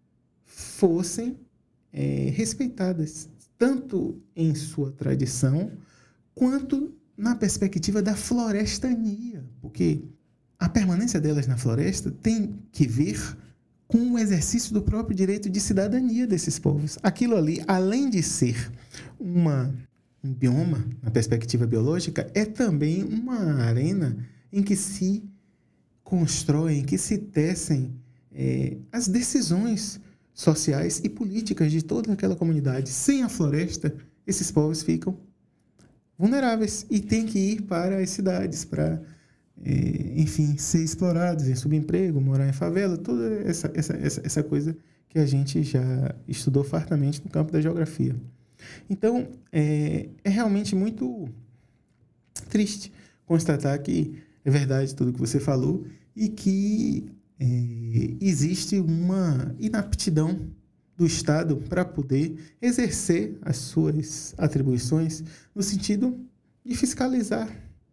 [SPEAKER 2] fossem é, respeitadas, tanto em sua tradição, quanto na perspectiva da florestania, porque a permanência delas na floresta tem que ver com o exercício do próprio direito de cidadania desses povos. Aquilo ali, além de ser uma, um bioma, na perspectiva biológica, é também uma arena em que se constroem, em que se tecem é, as decisões sociais e políticas de toda aquela comunidade. Sem a floresta, esses povos ficam vulneráveis e têm que ir para as cidades, para, é, enfim, ser explorados em subemprego, morar em favela, toda essa, essa, essa, essa coisa que a gente já estudou fartamente no campo da geografia. Então, é, é realmente muito triste constatar que é verdade tudo que você falou e que é, existe uma inaptidão do Estado para poder exercer as suas atribuições no sentido de fiscalizar.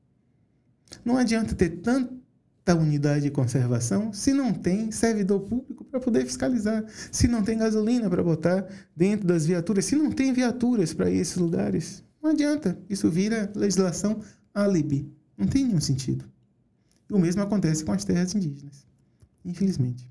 [SPEAKER 2] Não adianta ter tanta unidade de conservação se não tem servidor público para poder fiscalizar, se não tem gasolina para botar dentro das viaturas, se não tem viaturas para esses lugares. Não adianta. Isso vira legislação álibi. Não tem nenhum sentido. E o mesmo acontece com as terras indígenas, infelizmente.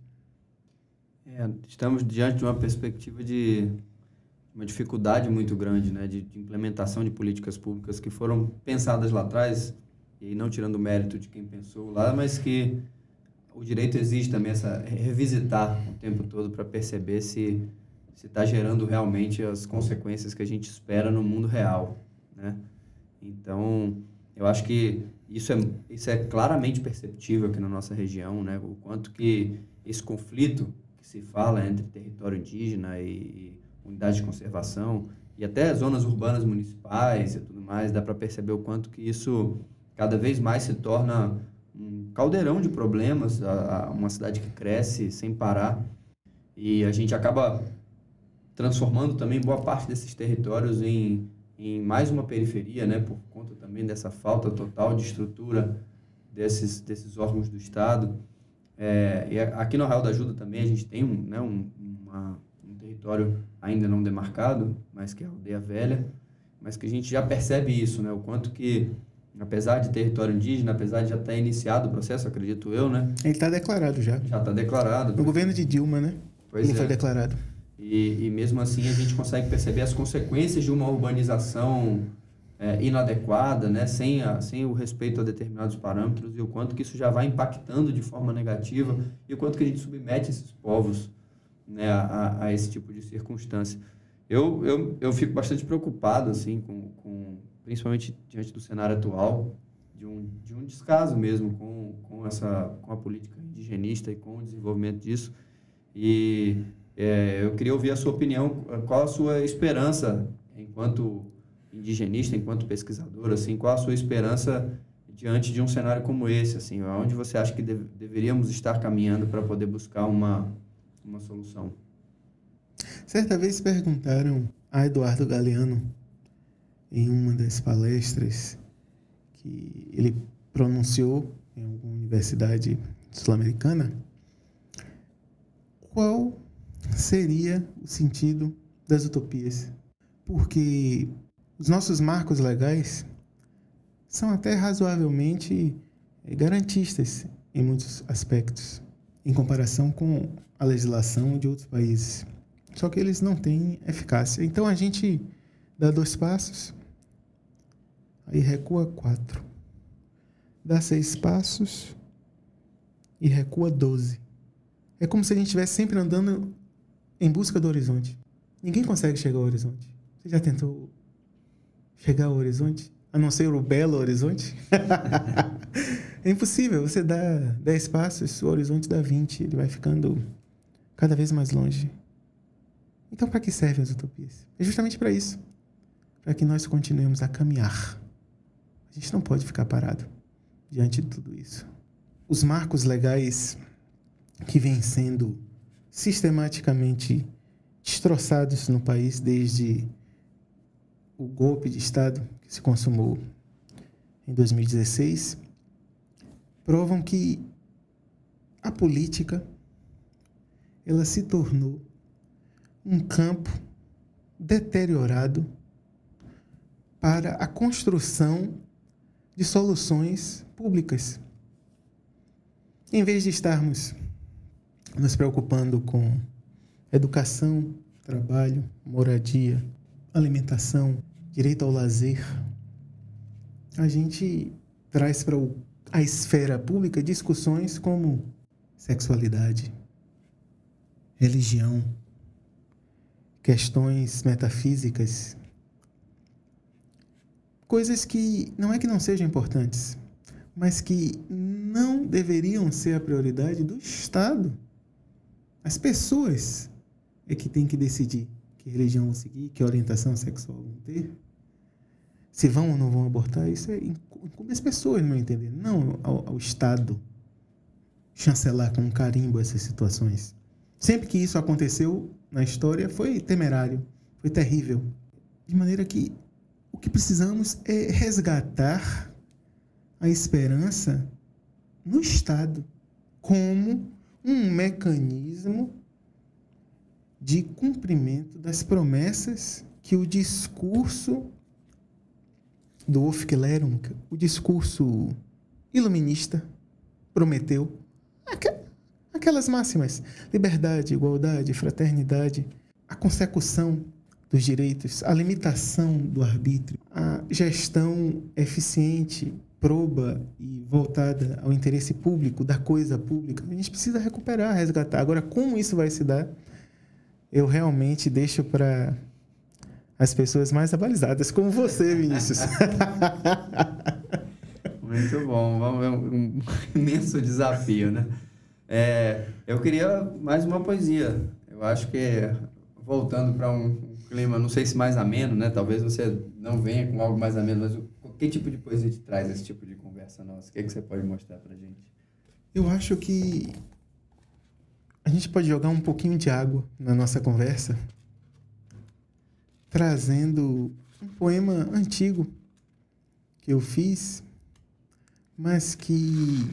[SPEAKER 1] É, estamos diante de uma perspectiva de uma dificuldade muito grande, né, de, de implementação de políticas públicas que foram pensadas lá atrás, e não tirando o mérito de quem pensou lá, mas que o direito exige também essa revisitar o tempo todo para perceber se se está gerando realmente as consequências que a gente espera no mundo real, né? Então, eu acho que isso é, isso é claramente perceptível aqui na nossa região, né? O quanto que esse conflito que se fala entre território indígena e, e unidade de conservação e até zonas urbanas municipais e tudo mais, dá para perceber o quanto que isso cada vez mais se torna um caldeirão de problemas, a, a uma cidade que cresce sem parar, e a gente acaba transformando também boa parte desses territórios em, em mais uma periferia, né, por conta também dessa falta total de estrutura desses, desses órgãos do Estado. É, e aqui no Arraial da Ajuda também a gente tem um, né, um, uma, um território ainda não demarcado, mas que é a Aldeia Velha, mas que a gente já percebe isso, né, o quanto que, apesar de território indígena, apesar de já estar iniciado o processo, acredito eu, né?
[SPEAKER 2] Ele está declarado já.
[SPEAKER 1] Já está declarado.
[SPEAKER 2] No governo de Dilma, né?
[SPEAKER 1] Pois
[SPEAKER 2] Ele
[SPEAKER 1] é.
[SPEAKER 2] foi declarado.
[SPEAKER 1] E, e mesmo assim a gente consegue perceber as consequências de uma urbanização é, inadequada, né? Sem, a, sem o respeito a determinados parâmetros, e o quanto que isso já vai impactando de forma negativa e o quanto que a gente submete esses povos, né, a, a esse tipo de circunstância. Eu, eu, eu fico bastante preocupado, assim, com, com, principalmente diante do cenário atual, de um, de um descaso mesmo com, com, essa, com a política indigenista e com o desenvolvimento disso. E é, eu queria ouvir a sua opinião, qual a sua esperança enquanto indigenista, enquanto pesquisador, assim, qual a sua esperança diante de um cenário como esse, assim, aonde você acha que deve, deveríamos estar caminhando para poder buscar uma, uma solução?
[SPEAKER 2] Certa vez perguntaram a Eduardo Galeano, em uma das palestras que ele pronunciou em alguma universidade sul-americana, qual seria o sentido das utopias. Porque os nossos marcos legais são até razoavelmente garantistas em muitos aspectos, em comparação com a legislação de outros países. Só que eles não têm eficácia. Então a gente dá dois passos, aí recua quatro. Dá seis passos e recua doze. É como se a gente estivesse sempre andando em busca do horizonte. Ninguém consegue chegar ao horizonte. Você já tentou chegar ao horizonte? a não ser o Belo Horizonte. É impossível, você dá dez passos, o horizonte dá vinte, ele vai ficando cada vez mais longe. Então, para que servem as utopias? É justamente para isso, para que nós continuemos a caminhar. A gente não pode ficar parado diante de tudo isso. Os marcos legais que vêm sendo sistematicamente destroçados no país desde o golpe de Estado que se consumou em dois mil e dezesseis, provam que a política ela se tornou um campo deteriorado para a construção de soluções públicas. Em vez de estarmos nos preocupando com educação, trabalho, moradia, alimentação, direito ao lazer, a gente traz para a esfera pública discussões como sexualidade, religião, questões metafísicas, coisas que não é que não sejam importantes, mas que não deveriam ser a prioridade do Estado. As pessoas é que têm que decidir que religião vão seguir, que orientação sexual vão ter, se vão ou não vão abortar. Isso é incumbe as pessoas, no meu entender, não ao, ao Estado chancelar com um carimbo essas situações. Sempre que isso aconteceu na história foi temerário, foi terrível. De maneira que o que precisamos é resgatar a esperança no Estado como um mecanismo de cumprimento das promessas que o discurso do Aufklärung, o discurso iluminista, prometeu. Aquelas máximas: liberdade, igualdade, fraternidade, a consecução dos direitos, a limitação do arbítrio, a gestão eficiente, proba e voltada ao interesse público, da coisa pública. A gente precisa recuperar, resgatar. Agora, como isso vai se dar, eu realmente deixo para as pessoas mais abalizadas, como você, Vinícius.
[SPEAKER 1] Muito bom, é um imenso desafio, né? É, eu queria mais uma poesia. Eu acho que, voltando para um, um clima, não sei se mais ameno, né? Talvez você não venha com algo mais ameno, mas o, que tipo de poesia te traz esse tipo de conversa nossa? O que, é que você pode mostrar para a gente?
[SPEAKER 2] Eu acho que a gente pode jogar um pouquinho de água na nossa conversa, trazendo um poema antigo que eu fiz, mas que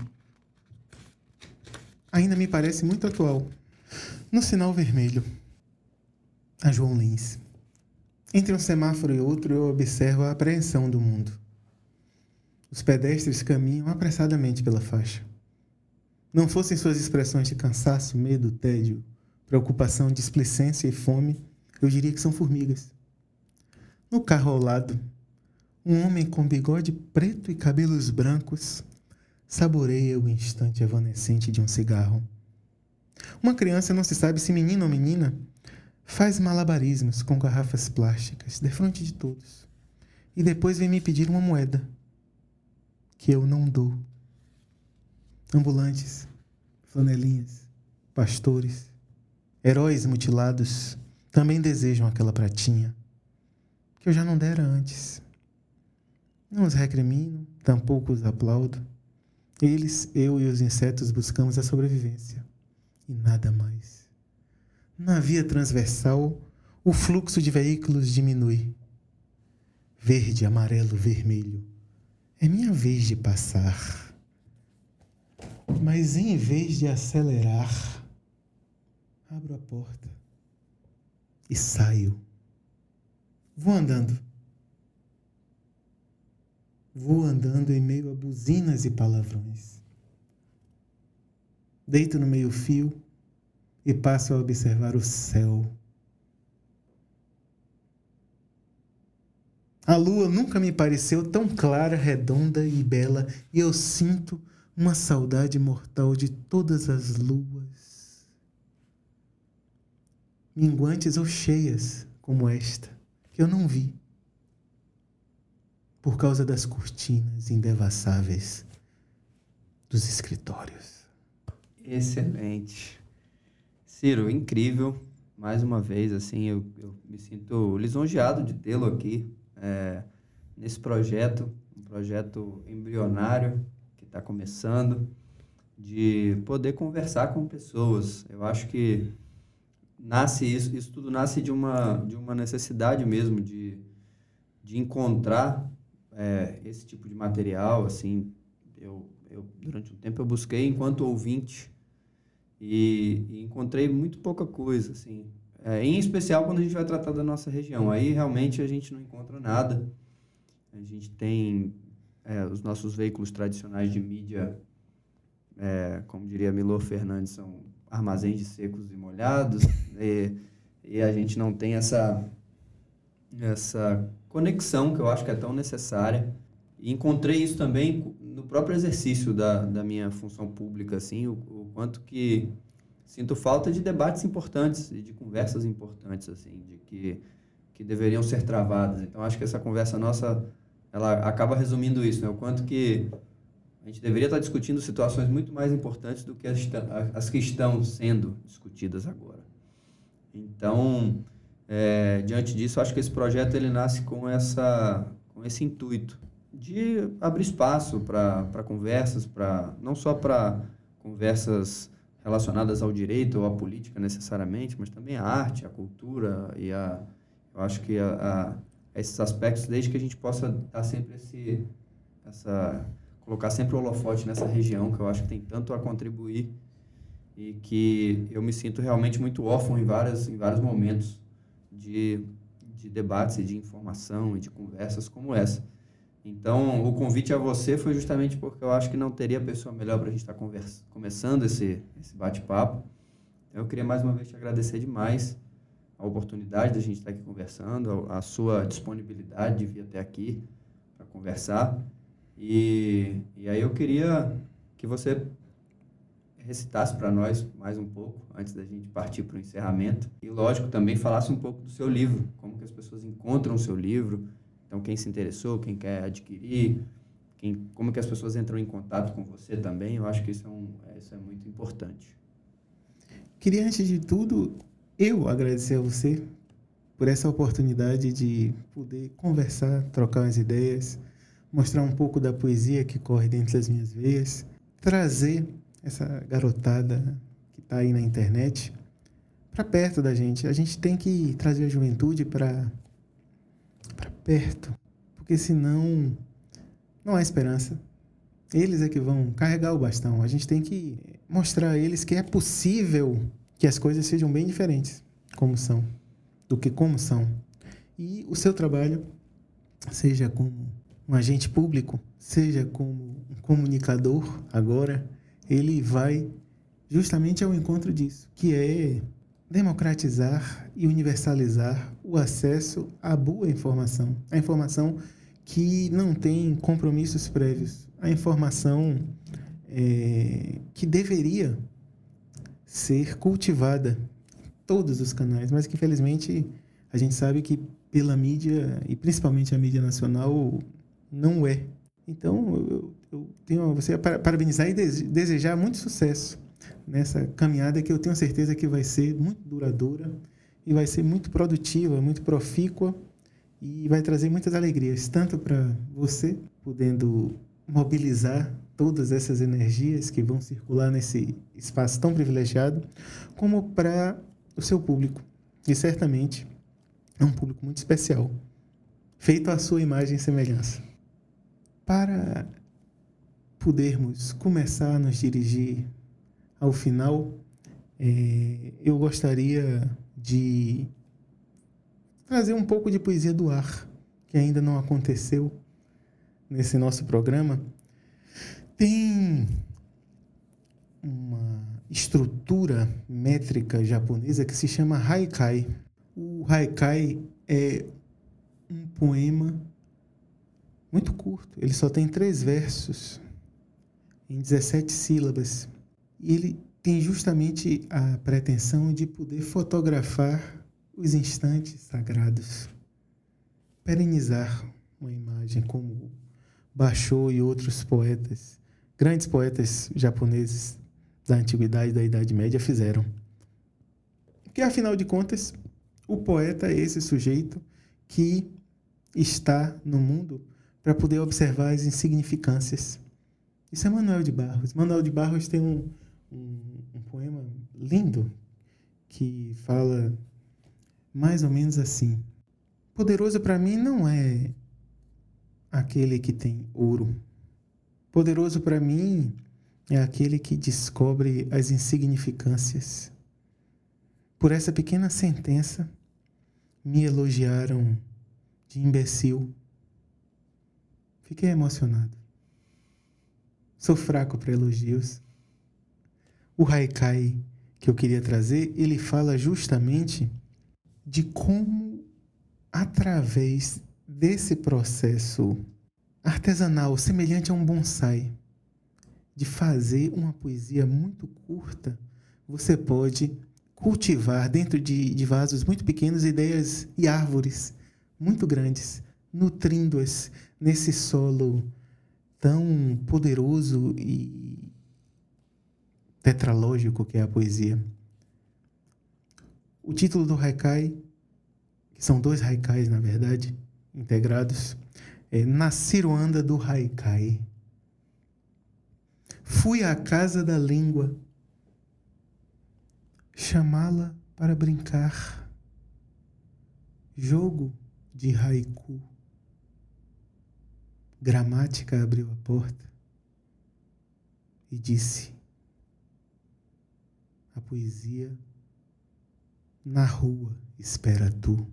[SPEAKER 2] ainda me parece muito atual. No sinal vermelho, a João Lins. Entre um semáforo e outro, eu observo a apreensão do mundo. Os pedestres caminham apressadamente pela faixa. Não fossem suas expressões de cansaço, medo, tédio, preocupação, displicência e fome, eu diria que são formigas. No carro ao lado, um homem com bigode preto e cabelos brancos saboreia o instante evanescente de um cigarro. Uma criança, não se sabe se menino ou menina, faz malabarismos com garrafas plásticas defronte de todos e depois vem me pedir uma moeda que eu não dou. Ambulantes, flanelinhas, pastores, heróis mutilados também desejam aquela pratinha que eu já não dera antes. Não os recrimino, tampouco os aplaudo. Eles, eu e os insetos buscamos a sobrevivência e nada mais. Na via transversal, o fluxo de veículos diminui. Verde, amarelo, vermelho. É minha vez de passar. Mas em vez de acelerar, abro a porta e saio. Vou andando. Vou andando em meio a buzinas e palavrões. Deito no meio-fio e passo a observar o céu. A lua nunca me pareceu tão clara, redonda e bela, e eu sinto uma saudade mortal de todas as luas, minguantes ou cheias como esta, que eu não vi, por causa das cortinas indevassáveis dos escritórios.
[SPEAKER 1] Excelente. Ciro, incrível. Mais uma vez, assim, eu, eu me sinto lisonjeado de tê-lo aqui é, nesse projeto, um projeto embrionário que está começando, de poder conversar com pessoas. Eu acho que nasce isso, isso tudo nasce de uma, de uma necessidade mesmo de, de encontrar é, esse tipo de material. Assim, eu, eu, durante um tempo eu busquei enquanto ouvinte e, e encontrei muito pouca coisa, assim, é, em especial quando a gente vai tratar da nossa região. Aí realmente a gente não encontra nada. A gente tem é, os nossos veículos tradicionais de mídia, é, como diria Milor Fernandes, são armazéns de secos e molhados, e, e a gente não tem essa, essa conexão que eu acho que é tão necessária. E encontrei isso também no próprio exercício da, da minha função pública, assim, o, o quanto que sinto falta de debates importantes e de conversas importantes, assim, de que, que deveriam ser travadas. Então, acho que essa conversa nossa, ela acaba resumindo isso, né? O quanto que a gente deveria estar discutindo situações muito mais importantes do que as, as que estão sendo discutidas agora. Então, é, diante disso, acho que esse projeto ele nasce com, essa, com esse intuito de abrir espaço para conversas, pra, não só para conversas relacionadas ao direito ou à política necessariamente, mas também à arte, à cultura e a, eu acho que a, a esses aspectos, desde que a gente possa dar sempre esse, essa, colocar sempre o holofote nessa região, que eu acho que tem tanto a contribuir e que eu me sinto realmente muito órfão em, várias, em vários momentos de, de debates e de informação e de conversas como essa. Então, o convite a você foi justamente porque eu acho que não teria pessoa melhor para a gente estar conversa, começando esse, esse bate-papo. Então, eu queria mais uma vez te agradecer demais a oportunidade de a gente estar aqui conversando, a, a sua disponibilidade de vir até aqui para conversar. E, e aí eu queria que você recitasse para nós mais um pouco, antes da gente partir para o encerramento. E, lógico, também falasse um pouco do seu livro, como que as pessoas encontram o seu livro. Então, quem se interessou, quem quer adquirir, quem, como que as pessoas entram em contato com você também, eu acho que isso é, um, isso é muito importante.
[SPEAKER 2] Queria, antes de tudo, eu agradecer a você por essa oportunidade de poder conversar, trocar umas ideias, mostrar um pouco da poesia que corre dentro das minhas veias, trazer essa garotada que está aí na internet para perto da gente. A gente tem que trazer a juventude para para perto, porque senão não há esperança. Eles é que vão carregar o bastão. A gente tem que mostrar a eles que é possível que as coisas sejam bem diferentes, como são, do que como são. E o seu trabalho, seja como um agente público, seja como um comunicador agora, ele vai justamente ao encontro disso, que é democratizar e universalizar o acesso à boa informação. A informação que não tem compromissos prévios. A informação é, que deveria ser cultivada em todos os canais, mas que, infelizmente, a gente sabe que pela mídia, e principalmente a mídia nacional, não é. Então, eu, eu tenho a você a parabenizar e desejar muito sucesso nessa caminhada que eu tenho certeza que vai ser muito duradoura e vai ser muito produtiva, muito profícua e vai trazer muitas alegrias, tanto para você, podendo mobilizar todas essas energias que vão circular nesse espaço tão privilegiado, como para o seu público, e certamente é um público muito especial, feito à sua imagem e semelhança. Para podermos começar a nos dirigir ao final, é, eu gostaria de trazer um pouco de poesia do ar, que ainda não aconteceu nesse nosso programa. Tem uma estrutura métrica japonesa que se chama haikai. O haikai é um poema muito curto, ele só tem três versos, em dezessete sílabas. E ele tem justamente a pretensão de poder fotografar os instantes sagrados, perenizar uma imagem. personagem como Basho e outros poetas, grandes poetas japoneses da Antiguidade e da Idade Média fizeram. Porque, afinal de contas, o poeta é esse sujeito que está no mundo para poder observar as insignificâncias. Isso é Manuel de Barros. Manuel de Barros tem um, um, um poema lindo que fala mais ou menos assim: poderoso para mim não é aquele que tem ouro. Poderoso para mim é aquele que descobre as insignificâncias. Por essa pequena sentença, me elogiaram de imbecil. Fiquei emocionado. Sou fraco para elogios. O haikai que eu queria trazer, ele fala justamente de como, através desse processo artesanal, semelhante a um bonsai, de fazer uma poesia muito curta, você pode cultivar dentro de, de vasos muito pequenos ideias e árvores muito grandes, nutrindo-as nesse solo tão poderoso e tetralógico que é a poesia. O título do haikai, que são dois haikais, na verdade, integrados, é Na Ciruanda do Haikai. Fui à casa da língua, chamá-la para brincar. Jogo de haiku. Gramática abriu a porta e disse: a poesia na rua espera tu.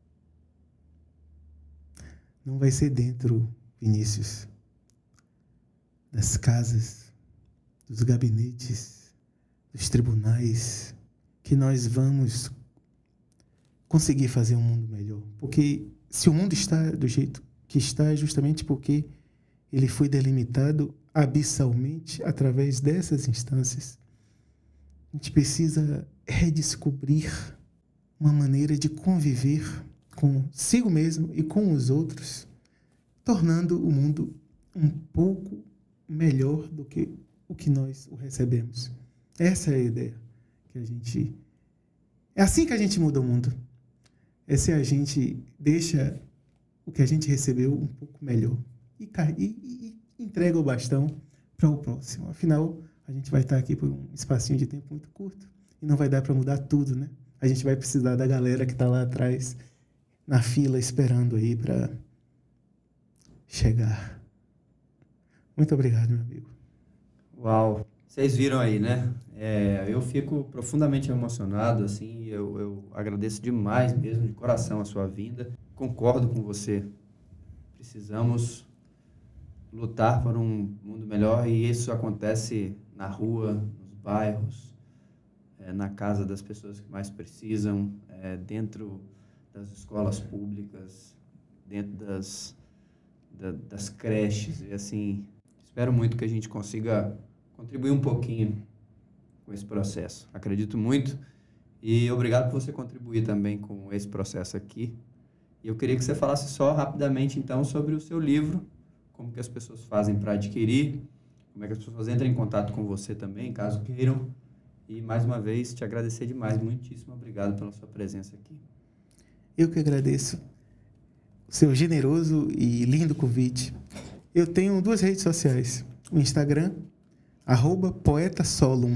[SPEAKER 2] Não vai ser dentro, Vinícius, das casas, dos gabinetes, dos tribunais, que nós vamos conseguir fazer um mundo melhor. Porque se o mundo está do jeito que está, é justamente porque ele foi delimitado abissalmente através dessas instâncias. A gente precisa redescobrir uma maneira de conviver consigo mesmo e com os outros, tornando o mundo um pouco melhor do que o que nós o recebemos. Essa é a ideia que a gente... É assim que a gente muda o mundo. É se a gente deixa o que a gente recebeu um pouco melhor e, e, e entrega o bastão para o próximo. Afinal, a gente vai estar aqui por um espacinho de tempo muito curto e não vai dar para mudar tudo, né? A gente vai precisar da galera que está lá atrás, na fila, esperando aí para chegar. Muito obrigado, meu amigo.
[SPEAKER 1] Uau! Vocês viram aí, né? É, eu fico profundamente emocionado, assim, eu, eu agradeço demais mesmo, de coração, a sua vinda. Concordo com você. Precisamos lutar por um mundo melhor e isso acontece na rua, nos bairros, é, na casa das pessoas que mais precisam, é, dentro das escolas públicas, dentro das, da, das creches. E assim, espero muito que a gente consiga contribuir um pouquinho com esse processo. Acredito muito e obrigado por você contribuir também com esse processo aqui. E eu queria que você falasse só rapidamente, então, sobre o seu livro, como que as pessoas fazem para adquirir, como é que as pessoas entram em contato com você também, caso queiram. E, mais uma vez, te agradecer demais. Muitíssimo obrigado pela sua presença aqui.
[SPEAKER 2] Eu que agradeço o seu generoso e lindo convite. Eu tenho duas redes sociais. O Instagram, arroba Poeta Solum.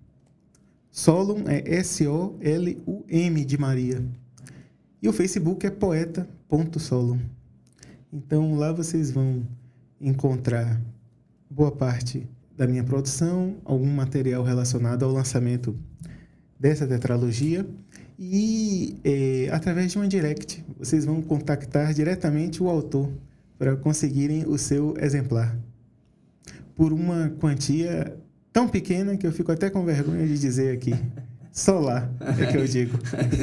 [SPEAKER 2] Solum é S O L U M de Maria. E o Facebook é poeta ponto solum. Então, lá vocês vão encontrar boa parte da minha produção, algum material relacionado ao lançamento dessa tetralogia e, é, através de uma direct, vocês vão contactar diretamente o autor para conseguirem o seu exemplar. Por uma quantia tão pequena que eu fico até com vergonha de dizer aqui. Só lá é que eu digo.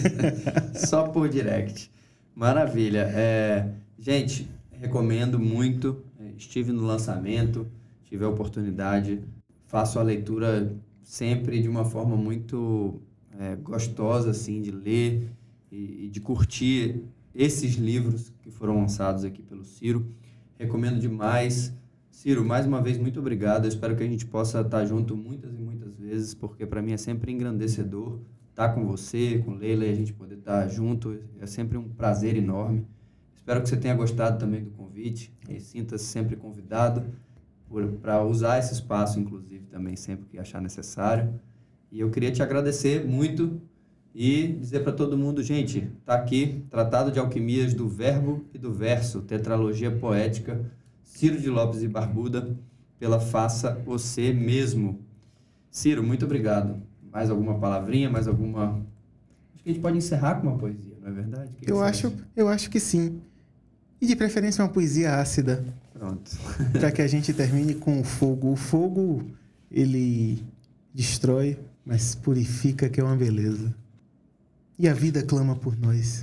[SPEAKER 1] Só por direct. Maravilha. É, gente, recomendo muito. Estive no lançamento, tive a oportunidade. Faço a leitura sempre de uma forma muito é, gostosa, assim, de ler e, e de curtir esses livros que foram lançados aqui pelo Ciro. recomendo demais. Ciro, mais uma vez, muito obrigado. Eu espero que a gente possa estar junto muitas e muitas vezes, porque para mim é sempre engrandecedor estar com você, com Leila, e a gente poder estar junto. É sempre um prazer enorme. Espero que você tenha gostado também do convite e sinta-se sempre convidado para usar esse espaço, inclusive, também sempre que achar necessário. E eu queria te agradecer muito e dizer para todo mundo, gente, está aqui, Tratado de Alquimias do Verbo e do Verso, Tetralogia Poética, Ciro de Lopes e Barbuda, pela Faça Você Mesmo. Ciro, muito obrigado. Mais alguma palavrinha, mais alguma... Acho que a gente pode encerrar com uma poesia, não é verdade? Que
[SPEAKER 2] eu, acho, eu acho que sim. E de preferência uma poesia ácida.
[SPEAKER 1] Pronto.
[SPEAKER 2] Para que a gente termine com o fogo. O fogo, ele destrói, mas purifica, que é uma beleza. E a vida clama por nós.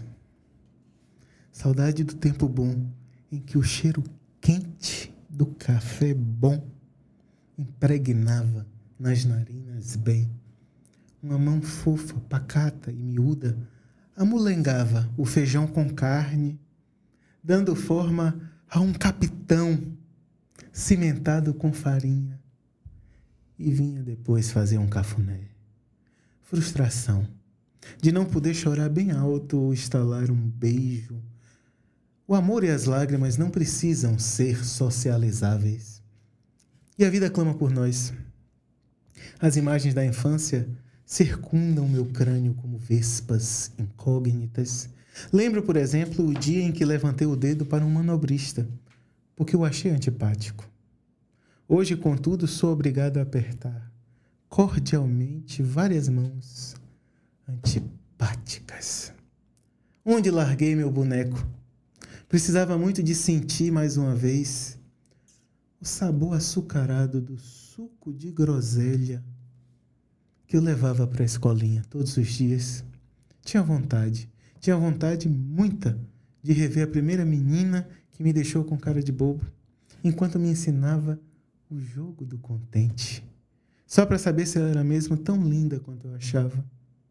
[SPEAKER 2] Saudade do tempo bom, em que o cheiro quente do café bom impregnava nas narinas bem. Uma mão fofa, pacata e miúda amulengava o feijão com carne, dando forma a um capitão cimentado com farinha. E vinha depois fazer um cafuné. Frustração de não poder chorar bem alto ou estalar um beijo. O amor e as lágrimas não precisam ser socializáveis. E a vida clama por nós. As imagens da infância circundam meu crânio como vespas incógnitas. Lembro, por exemplo, o dia em que levantei o dedo para um manobrista, porque o achei antipático. Hoje, contudo, sou obrigado a apertar cordialmente várias mãos antipáticas. Onde larguei meu boneco? Precisava muito de sentir mais uma vez o sabor açucarado do suco de groselha que eu levava para a escolinha todos os dias. Tinha vontade, tinha vontade muita de rever a primeira menina que me deixou com cara de bobo, enquanto me ensinava o jogo do contente, só para saber se ela era mesmo tão linda quanto eu achava.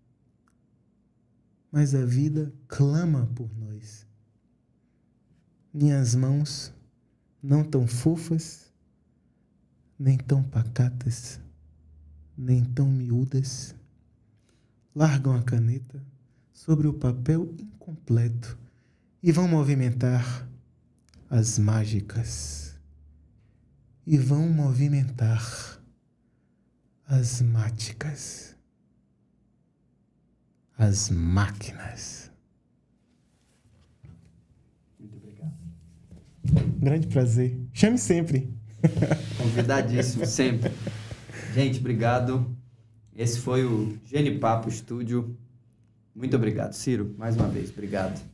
[SPEAKER 2] Mas a vida clama por nós. Minhas mãos, não tão fofas, nem tão pacatas, nem tão miúdas, largam a caneta sobre o papel incompleto e vão movimentar as mágicas. E vão movimentar as mágicas. As máquinas.
[SPEAKER 1] Muito obrigado.
[SPEAKER 2] Grande prazer. Chame sempre.
[SPEAKER 1] Convidadíssimo, sempre. Gente, obrigado. Esse foi o Genipapo Estúdio. Muito obrigado, Ciro. Mais uma vez, obrigado.